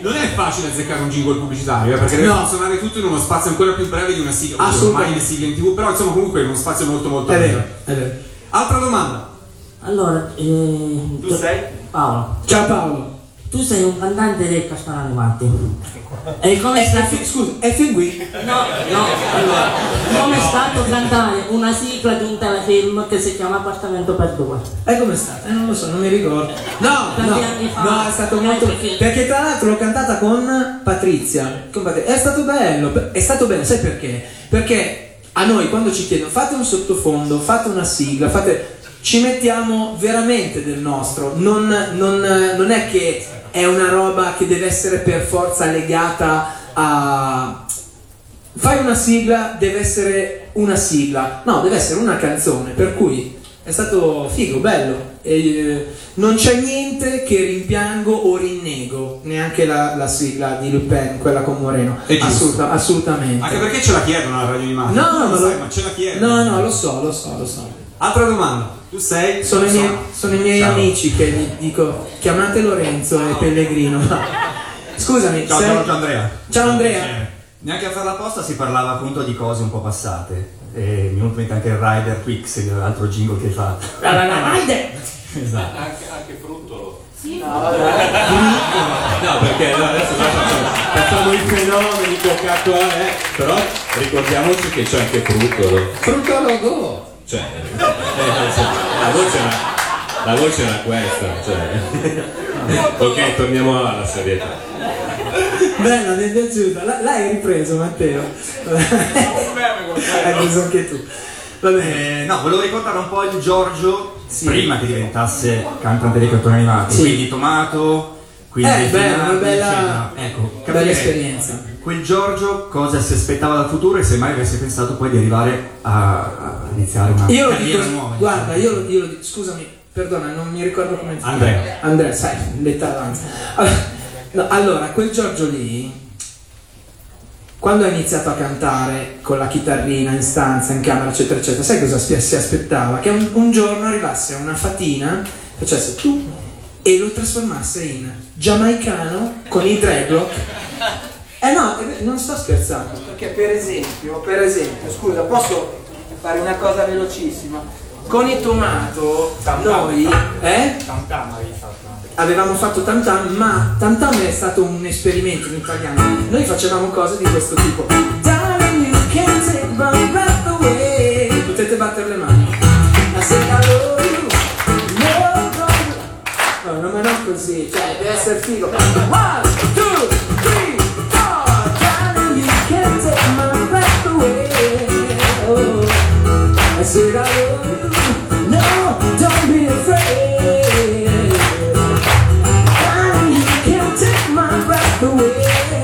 Non è facile azzeccare un jingle pubblicitario, perché deve funzionare tutto in uno spazio ancora più breve di una sigla. Ormai le sigle in TV, però insomma comunque è uno spazio molto molto breve. È vero. Altra domanda. Allora, tu sei? Paolo. Ciao Paolo. Tu sei un cantante dei cartoni animati. E come è stato... Scusa, è fin qui? No, allora, come è stato cantare una sigla di un telefilm che si chiama Appartamento per due? E come è stato? Non lo so, non mi ricordo. No, è stato molto... Perché tra l'altro l'ho cantata con Patrizia. È stato bello, sai perché? Perché a noi quando ci chiedono fate un sottofondo, fate una sigla, ci mettiamo veramente del nostro, non è che è una roba che deve essere per forza legata a fai una sigla, deve essere una sigla, no, deve essere una canzone, per cui è stato figo, bello, e non c'è niente che rimpiango o rinnego, neanche la sigla di Lupin, quella con Moreno, assolutamente, anche perché ce la chiedono alla radio animata. Ma ce la chiedono. No, lo so. Altra domanda. Tu sei? Sono i miei amici che gli dico chiamate Lorenzo e Pellegrino. Scusami. Ciao Andrea. Ciao Andrea. Neanche a farla apposta si parlava appunto di cose un po' passate. E mi è venuto in mente anche il Rider Twix, l'altro jingle che hai fatto. Rider! Esatto. Anche Fruttolo. Sì. No, perché adesso facciamo i fenomeni Coca-Cola, però ricordiamoci che c'è anche Fruttolo. Fruttolo go! Cioè, la voce era questa, cioè. Ok, torniamo alla serietà. Bella, mi è piaciuta. L'hai ripreso, Matteo? Hai preso anche tu. Va bene. No, volevo ricordare un po' il Giorgio prima che diventasse cantante dei cartoni animati. Quindi Tomato, quindi una bella esperienza. Quel Giorgio cosa si aspettava dal futuro e se mai avesse pensato poi di arrivare a iniziare una carriera nuova. Guarda, io lo dico, scusami, perdona, non mi ricordo come si chiama. Andrea, sai, l'età avanza. Allora, quel Giorgio lì, quando ha iniziato a cantare con la chitarrina in stanza, in camera, eccetera, eccetera, sai cosa si aspettava? Che un giorno arrivasse una fatina, facesse tu e lo trasformasse in giamaicano con i dreadlock. No, non sto scherzando, perché per esempio, scusa, posso fare una cosa velocissima? Con il Tomato noi avevamo fatto Tam Tam, ma Tam Tam è stato un esperimento in italiano. Noi facevamo cose di questo tipo. Darling, you can't take my breath away. Potete battere le mani. I said I love you. No, ma non così, cioè deve essere figo. 1, 2, 3, 4. Darling, you can't take my breath away. Oh, I said I love you. No, don't be afraid. Darling, you can't take my breath away.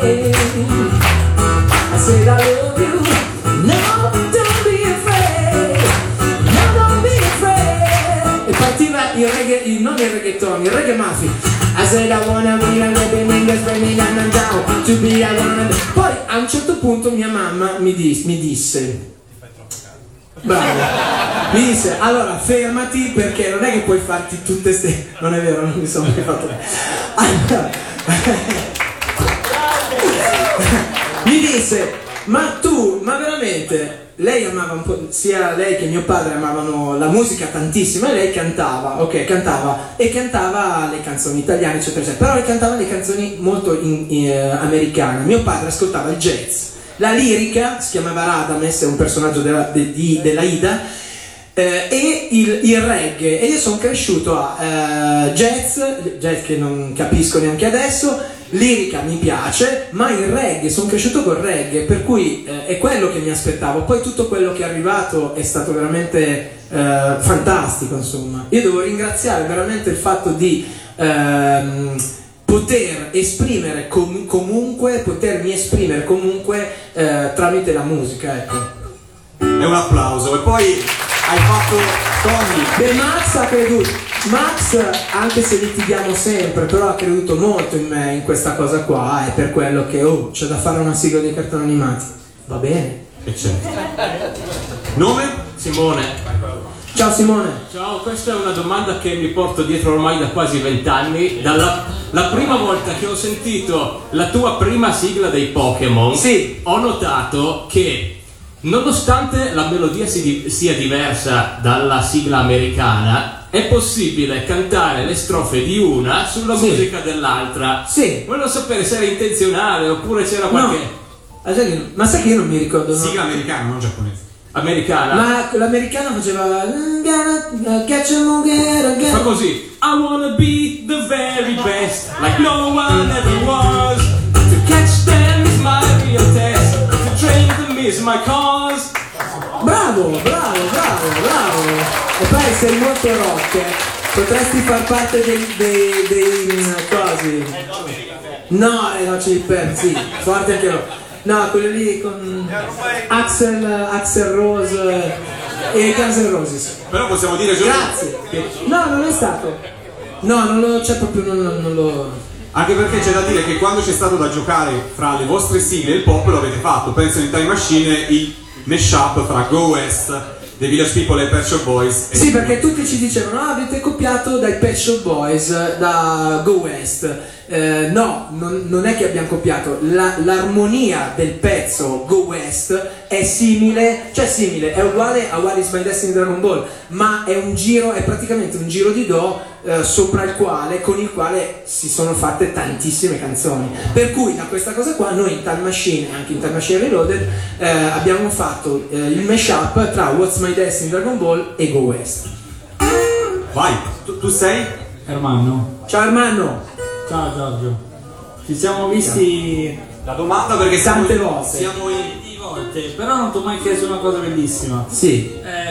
I said I love you. No, don't be afraid. No, don't be afraid. E partiva il reggae, non il reggaeton, il reggae mafi. I said I wanna be a rapping in the spending and down to be I wanna. Poi a un certo punto mia mamma mi disse bravo, mi disse allora fermati perché non è che puoi farti tutte ste. Non è vero, non mi sono mai fatto. Allora, mi disse ma veramente lei amava un po', sia lei che mio padre amavano la musica tantissimo e lei cantava le canzoni italiane eccetera eccetera, però lei cantava le canzoni molto americane. Mio padre ascoltava il jazz. La lirica si chiamava Radames, è un personaggio della Ida, e il reggae. E io sono cresciuto a jazz che non capisco neanche adesso, lirica mi piace, ma il reggae, sono cresciuto col reggae, per cui è quello che mi aspettavo. Poi tutto quello che è arrivato è stato veramente fantastico, insomma. Io devo ringraziare veramente il fatto di potermi esprimere comunque tramite la musica, ecco. È un applauso. E poi hai fatto Tommy. Max ha creduto. Max, anche se litighiamo sempre, però ha creduto molto in me, in questa cosa qua, è per quello che c'è da fare una sigla dei cartoni animati. Va bene. E c'è. Nome? Simone. Ciao Simone. Ciao, questa è una domanda che mi porto dietro ormai da quasi 20 anni. La prima volta che ho sentito la tua prima sigla dei Pokémon, sì, ho notato che nonostante la melodia sia diversa dalla sigla americana, è possibile cantare le strofe di una sulla musica dell'altra. Sì. Volevo sapere se era intenzionale oppure c'era qualche... No. Ma sai che io non mi ricordo. Sigla americana, non giapponese. Americana. Ma l'americano faceva fa così. I wanna be the very best, like no one ever was. To catch them is my real test, to train them is my cause. Bravo. E poi sei molto rock. Potresti far parte dei cosi. No, non ci persi. Sì, forte anche loro. No, quello lì con Axl Rose e Guns N' Roses. Però possiamo dire grazie. No, non è stato. No, non lo c'è proprio, non lo. Anche perché c'è da dire che quando c'è stato da giocare fra le vostre sigle e il pop lo avete fatto. Penso in Time Machine il mashup fra Go West, The Village People e Pet Shop Boys. Sì, perché tutti ci dicevano avete copiato dai Pet Shop Boys, da Go West. No, non è che abbiamo copiato, l'armonia del pezzo Go West è simile, è uguale a What Is My Destiny Dragon Ball, ma è praticamente un giro di do con il quale si sono fatte tantissime canzoni. Per cui da questa cosa qua noi in Time Machine, anche in Time Machine Reloaded, abbiamo fatto il mashup tra What's My Destiny Dragon Ball e Go West. Vai, tu sei? Ermanno. Ciao Ermanno. Ciao Giorgio, ci siamo visti la domanda perché tante volte. Siamo in volte, però non ti ho mai chiesto una cosa bellissima. Sì.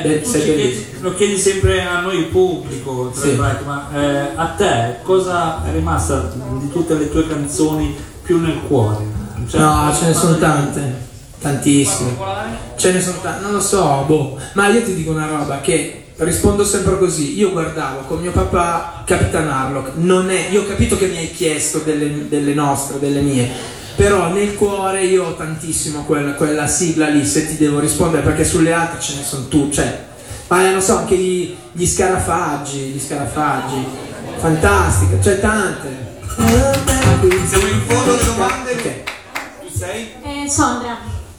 Lo chiedi sempre a noi il pubblico, ma a te cosa è rimasta di tutte le tue canzoni più nel cuore? No, ce ne sono tantissime. Ce ne sono tante, non lo so, ma io ti dico una roba che rispondo sempre così. Io guardavo con mio papà Capitan Harlock. Io ho capito che mi hai chiesto delle nostre, delle mie, però nel cuore io ho tantissimo quella sigla lì, se ti devo rispondere, perché sulle altre ce ne sono tutte, ma non so, anche gli scarafaggi, fantastica, tante. Siamo in fondo alle domande. Okay. Tu sei? Sondra.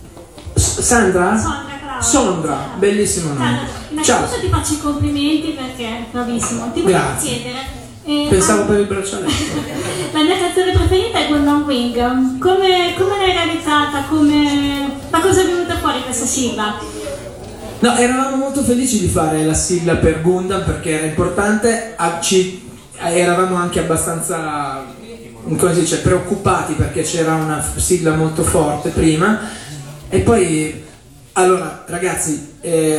Sandra? Sondra, bellissimo nome. Innanzitutto ti faccio i complimenti perché è bravissimo. Ti volevo chiedere. Pensavo per il braccialetto. La mia canzone preferita è Gundam Wing. Come l'hai realizzata? Da cosa è venuta fuori questa sigla? No, eravamo molto felici di fare la sigla per Gundam perché era importante. Eravamo anche abbastanza, come si dice, preoccupati perché c'era una sigla molto forte prima. E poi, allora ragazzi,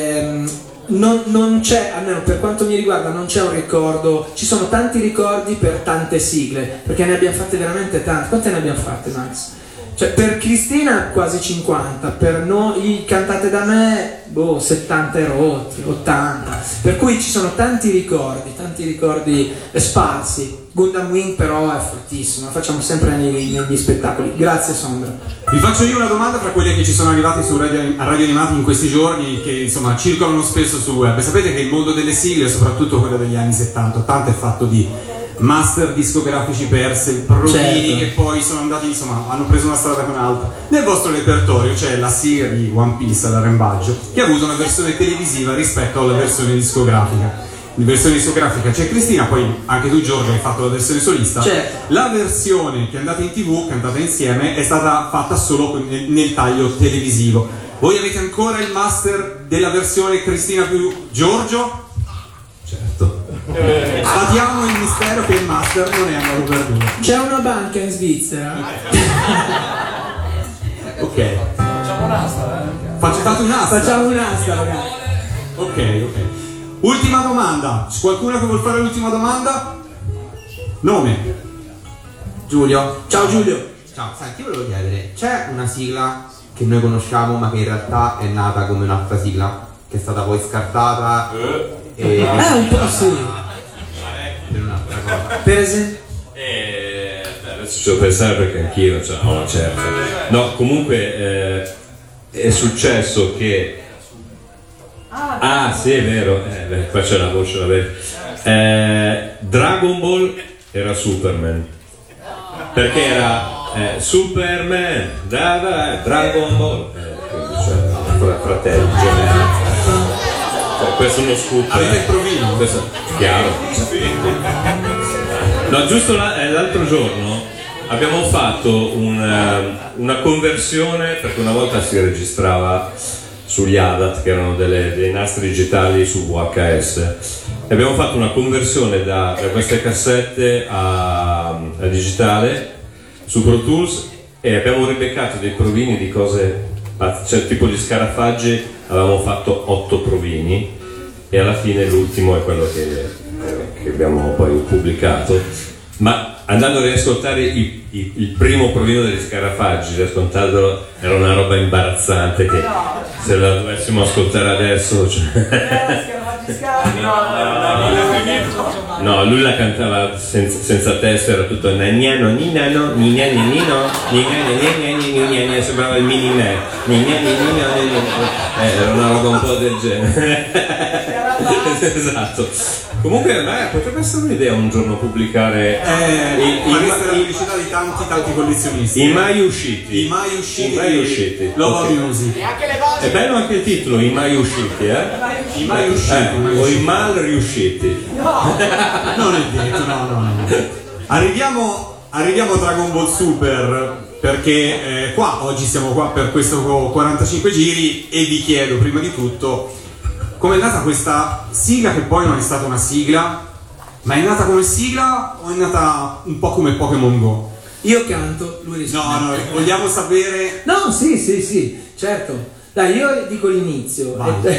non c'è, almeno per quanto mi riguarda, non c'è un ricordo. Ci sono tanti ricordi per tante sigle, perché ne abbiamo fatte veramente tante. Quante ne abbiamo fatte, Max? Cioè, per Cristina quasi 50, per noi cantate da me 70 rotti, 80. Per cui ci sono tanti ricordi sparsi. Gundam Wing però è fortissimo, lo facciamo sempre negli spettacoli. Grazie Sondra. Vi faccio io una domanda fra quelle che ci sono arrivate su Radio Animati in questi giorni, che insomma circolano spesso sul web. Sapete che il mondo delle sigle, soprattutto quello degli anni 70-80, è fatto di master discografici persi, provini che poi sono andati, insomma, hanno preso una strada con un'altra. Nel vostro repertorio c'è la sigla di One Piece, l'arrembaggio, che ha avuto una versione televisiva rispetto alla versione discografica. In versione discografica c'è Cristina, poi anche tu Giorgio hai fatto la versione solista. La versione che è andata in TV, cantata insieme, è stata fatta solo nel taglio televisivo. Voi avete ancora il master della versione Cristina più Giorgio? Certo. Sfatiamo il mistero che il master non è andato perduto. C'è una banca in Svizzera. Ok. Facciamo un'asta, Fate un'asta. Facciamo un'asta, ragazzi. Ok. Ultima domanda. C'è qualcuno che vuol fare l'ultima domanda? Nome? Giulio. Ciao Giulio. Ciao, senti, io volevo chiedere, c'è una sigla che noi conosciamo ma che in realtà è nata come un'altra sigla, che è stata poi scartata un po' sì. Per un'altra cosa. Per esempio? Adesso ci devo pensare perché anch'io ho una certa. No, comunque è successo che Ah, sì, è vero. Qua c'è la voce, vabbè. Dragon Ball era Superman. Perché era Superman, Dragon Ball. Cioè, fratelli gemelli. Questo è uno scoop. Avete il provino? Questo è chiaro. No, giusto l'altro giorno abbiamo fatto una conversione, perché una volta si registrava sugli ADAT, che erano dei nastri digitali su VHS, e abbiamo fatto una conversione da queste cassette a digitale su Pro Tools, e abbiamo ribeccato dei provini di cose, cioè tipo gli scarafaggi avevamo fatto 8 provini, e alla fine l'ultimo è quello che abbiamo poi pubblicato. Ma andando a riascoltare il primo provino degli scarafaggi, riascoltandolo, era una roba imbarazzante che se la dovessimo ascoltare adesso, cioè... No, lui la cantava senza testo, era tutto nagnano, ninano, nignani, nino, nignani, sembrava il mini me, era una roba un po' del genere. Esatto. Comunque potrebbe essere un'idea un giorno pubblicare questa è la felicità di tanti collezionisti. I mai usciti. Love Music. È bello anche il titolo, i mai usciti, I mai usciti. O i mal riusciti. No, non è detto, no. Arriviamo a Dragon Ball Super, perché qua oggi siamo qua per questo 45 giri, e vi chiedo prima di tutto com'è nata questa sigla, che poi non è stata una sigla, ma è nata come sigla o è nata un po' come Pokémon Go? Io canto, lui risponde. No, vogliamo sapere. No, sì, certo. Dai, io dico l'inizio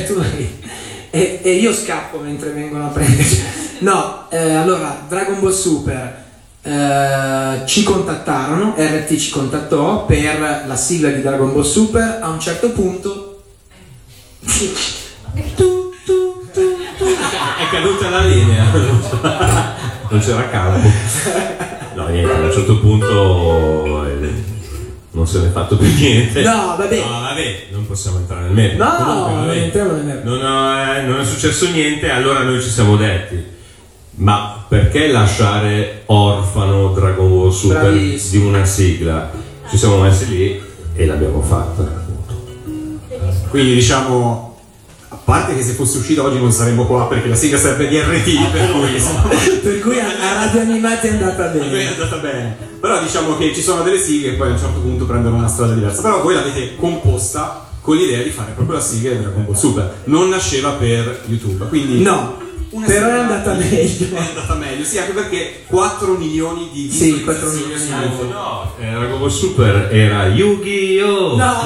e io scappo mentre vengono a prenderci. No, allora, Dragon Ball Super ci contattarono, RT ci contattò per la sigla di Dragon Ball Super. A un certo punto è caduta la linea. Non c'era campo. No, niente, a un certo punto non se n'è fatto più niente. No, vabbè, non possiamo entrare nel merito. No, comunque, non entriamo nel merito. Non è successo niente, allora noi ci siamo detti: ma perché lasciare orfano Dragon Ball Super Bravissimo. di una sigla? Ci siamo messi lì e l'abbiamo fatta. Quindi diciamo, a parte che se fosse uscito oggi non saremmo qua, perché la sigla sarebbe di RT, per cui a Radio Animati è andata bene. È andata bene. Però diciamo che ci sono delle sigle che poi a un certo punto prendono una strada diversa. Però voi l'avete composta con l'idea di fare proprio la sigla di Dragon Ball Super. Non nasceva per YouTube, quindi no. Però è andata meglio. È andata meglio, sì, anche perché 4 milioni di sì, 4 milioni. No, Dragon Ball Super era Yu-Gi-Oh! No,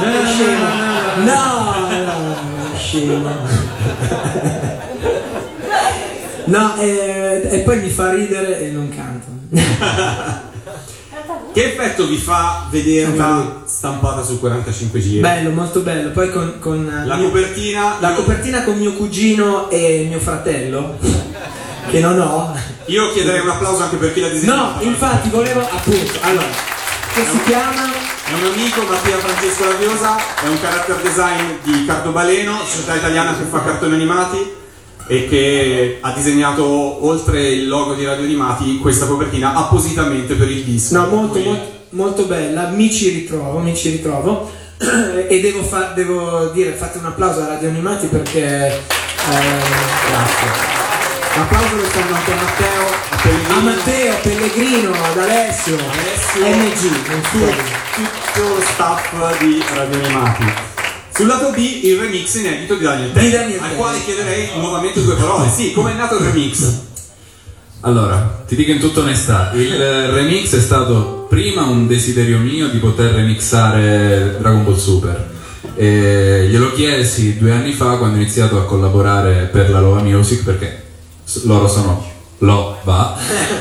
no, e poi mi fa ridere e non canto. Che effetto vi fa vederla stampata su 45 giri? Bello, molto bello. Poi con la copertina. La copertina con mio cugino e mio fratello, che non ho. Io chiederei un applauso anche per chi l'ha disegnato. No, infatti volevo appunto. Allora, che si chiama? È un amico, Mattia Francesco Laviosa, è un character design di Cartobaleno, società italiana che fa cartoni animati, e che ha disegnato, oltre il logo di Radio Animati, questa copertina appositamente per il disco. No, molto bella, mi ci ritrovo e devo dire, fate un applauso a Radio Animati perché grazie. L'applauso lo stanno anche a Matteo, Pellegrino, ad Alessio MG, tutto lo staff di Radio Animati. Sul lato B il remix inedito di Daniel Tell, al quale chiederei nuovamente 2 parole. Sì, come è nato il remix? Allora, ti dico in tutta onestà, il remix è stato prima un desiderio mio di poter remixare Dragon Ball Super. E glielo chiesi 2 anni fa, quando ho iniziato a collaborare per la Lova Music, perché loro sono Lova.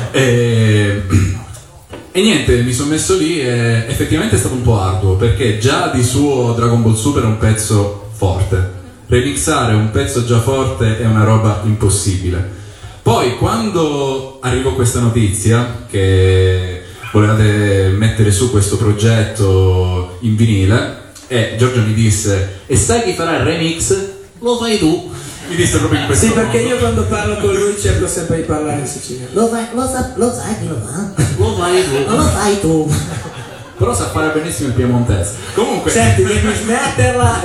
E niente, mi sono messo lì e effettivamente è stato un po' arduo, perché già di suo Dragon Ball Super è un pezzo forte. Remixare un pezzo già forte è una roba impossibile. Poi quando arrivò questa notizia che volevate mettere su questo progetto in vinile, e Giorgio mi disse: e sai chi farà il remix? Lo fai tu. mi disse proprio in questo Sì, perché modo. io quando parlo con lui cerco sempre di parlare in siciliano. Lo sai che lo fa? Lo fai tu. Non lo fai tu. Però sa fare benissimo il piemontese. Comunque, Senti, devi smetterla,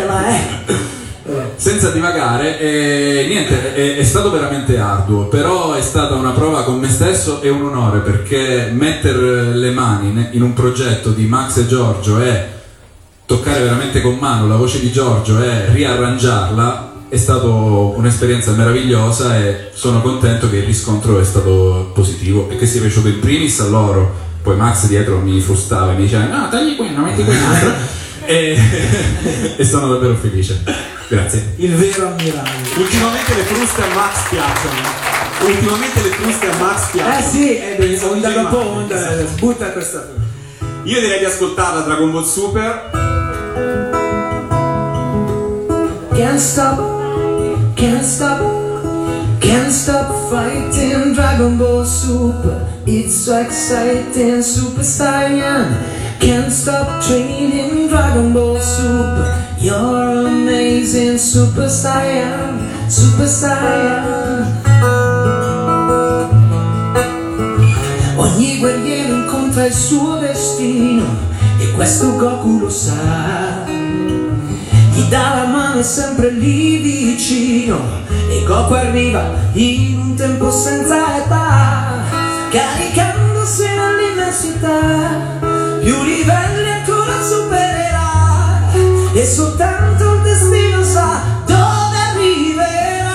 senza divagare, niente, è stato veramente arduo, però è stata una prova con me stesso e un onore, perché mettere le mani in un progetto di Max e Giorgio e toccare veramente con mano la voce di Giorgio e riarrangiarla è stata un'esperienza meravigliosa, e sono contento che il riscontro è stato positivo e che sia piaciuto in primis a loro. Poi Max dietro mi frustava e mi diceva no, tagli quello, metti quell'altro. E sono davvero felice. Grazie. Il vero ammiraglio. Ultimamente le fruste a Max piacciono. Sì, onda dopo onda, butta questa. Io direi di ascoltarla, Dragon Ball Super. Can't stop, can't stop, can't stop fighting Dragon Ball Super. It's so exciting, Super Saiyan. Can't stop training Dragon Ball Super. You're amazing, Super Saiyan, Super Saiyan. Ogni guerriero incontra il suo destino e questo Goku lo sa. Gli dà la mano sempre lì vicino e Goku arriva in un tempo senza età, caricandosi nell'immensità. Più livelli ancora supererà e soltanto il destino sa dove arriverà.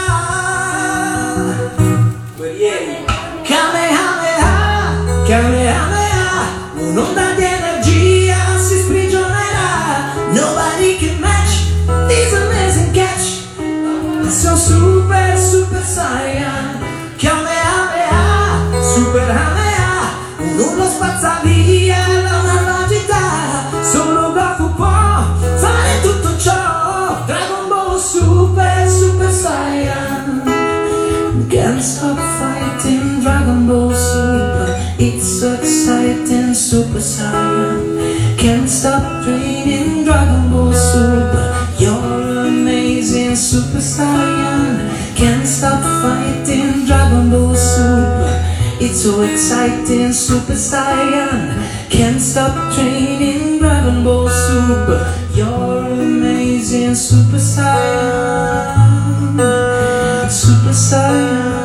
Guerrieri, Kamehameha, Kamehameha, un'onda di energia si sprigionerà. Nobody can match this amazing catch. So super, Super Saiyan, Kamehameha, Super Hamea, un urlo spazza via la malvagità. Solo Goku può fare tutto ciò. Dragon Ball Super, Super Saiyan. Can't stop fighting Dragon Ball Super. It's so exciting, Super Saiyan. Can't stop training Dragon Ball Super. You're amazing, Super Saiyan. Can't stop fighting Dragon Ball Super. It's so exciting, Super Saiyan. Can't stop training Dragon Ball Super. You're amazing, Super Saiyan. Super Saiyan.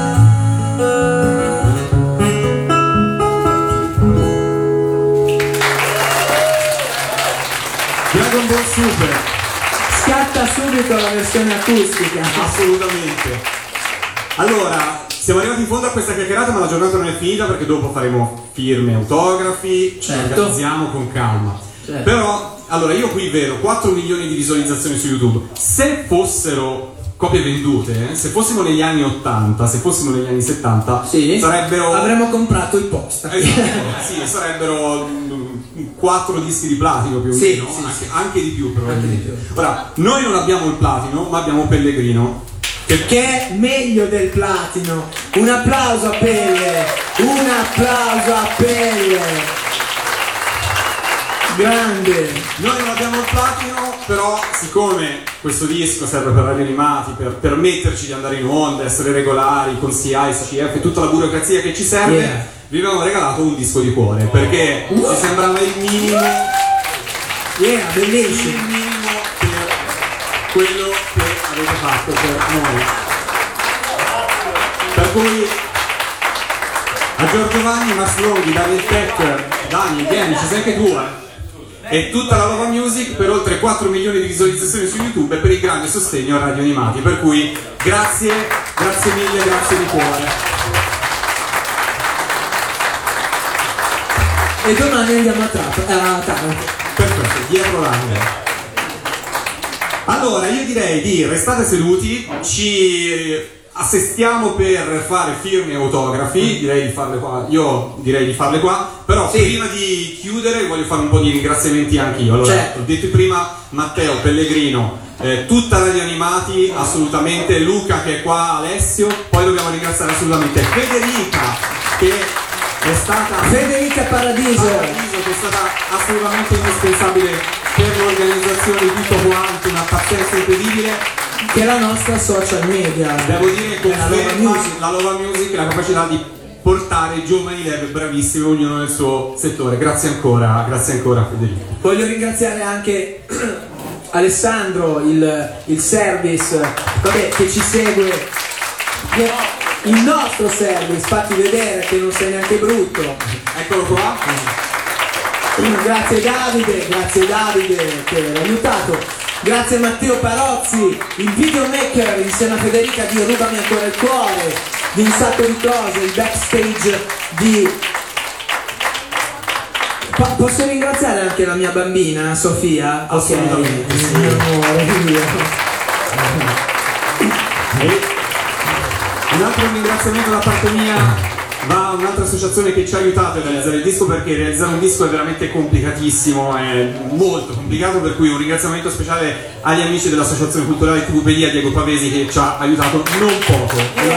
Dragon Ball Super. Scatta subito la versione acustica. Assolutamente. Allora, siamo arrivati in fondo a questa chiacchierata, ma la giornata non è finita perché dopo faremo firme, autografi, ci organizziamo con calma. Certo. Però, allora, io qui vedo 4 milioni di visualizzazioni su YouTube. Se fossero copie vendute, se fossimo negli anni 80, se fossimo negli anni 70, sarebbero... Avremmo comprato il post. Sì, sarebbero 4 dischi di platino più o meno, anche di più probabilmente. Ora, noi non abbiamo il platino, ma abbiamo Pellegrino. Che è meglio del platino. Un applauso a Pelle. Un applauso a Pelle. Grande. Noi non abbiamo il platino, però siccome questo disco serve per radio animati, per permetterci di andare in onda, essere regolari con CI, CF, tutta la burocrazia che ci serve, vi abbiamo regalato un disco di cuore, perché ci sembrava il minimo, bellissimo, il minimo per quello che avete fatto per noi. Per cui a Giorgio Vanni, Max Longhi, Daniel Tech, Dani, vieni, ci sei anche tu, e tutta la Lova Music per oltre 4 milioni di visualizzazioni su YouTube e per il grande sostegno a Radio Animati. Per cui grazie, grazie mille, grazie di cuore. E domani andiamo a Taranto. Perfetto, dietro l'angolo. Allora, io direi di restate seduti, ci assestiamo per fare firme e autografi, direi di farle qua, io direi di farle qua, però prima di chiudere voglio fare un po' di ringraziamenti anche io. Allora, ho detto prima Matteo, Pellegrino, tutta Radio Animati, assolutamente, Luca che è qua, Alessio, poi dobbiamo ringraziare assolutamente Federica, che è stata Federica Paradiso, che è stata assolutamente indispensabile per l'organizzazione di tutto quanto, una pazienza incredibile. che è la nostra social media. Devo dire che la Lova Music ha la capacità di portare giovani dev bravissimi, ognuno nel suo settore. Grazie ancora Federico. Voglio ringraziare anche Alessandro, il service, che ci segue, il nostro service, fatti vedere che non sei neanche brutto. Eccolo qua. Grazie Davide che l'ha aiutato. Grazie Matteo Parozzi, il videomaker insieme a Federica di Rubami ancora il cuore, di un sacco di cose, il backstage di... Posso ringraziare anche la mia bambina Sofia? Assolutamente. Ok, mio amore, mio. Un altro ringraziamento da parte mia va a un'altra associazione che ci ha aiutato a realizzare il disco, perché realizzare un disco è veramente complicatissimo, è molto complicato, per cui un ringraziamento speciale agli amici dell'Associazione Culturale TVPD, a Diego Pavesi che ci ha aiutato non poco.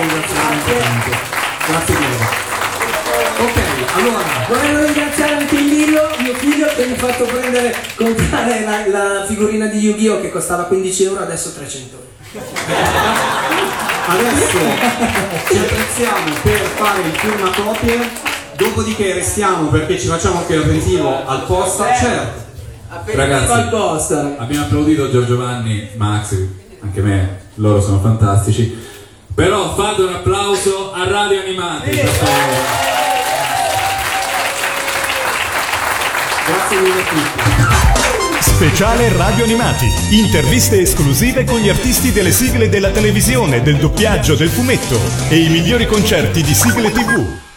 Grazie Diego. Ok, allora vorrei ringraziare anche mio figlio che mi ha fatto comprare la figurina di Yu-Gi-Oh! Che costava 15 euro, adesso 300 euro. Adesso ci attrezziamo per fare il firma copie, dopodiché restiamo perché ci facciamo anche l'aperitivo al Posta. Certo. Ragazzi, al Posta. Abbiamo applaudito Giorgio Vanni, Max, anche me, loro sono fantastici. Però fate un applauso a Radio Animati. Grazie mille a tutti. Speciale Radio Animati. Interviste esclusive con gli artisti delle sigle della televisione, del doppiaggio, del fumetto e i migliori concerti di sigle TV.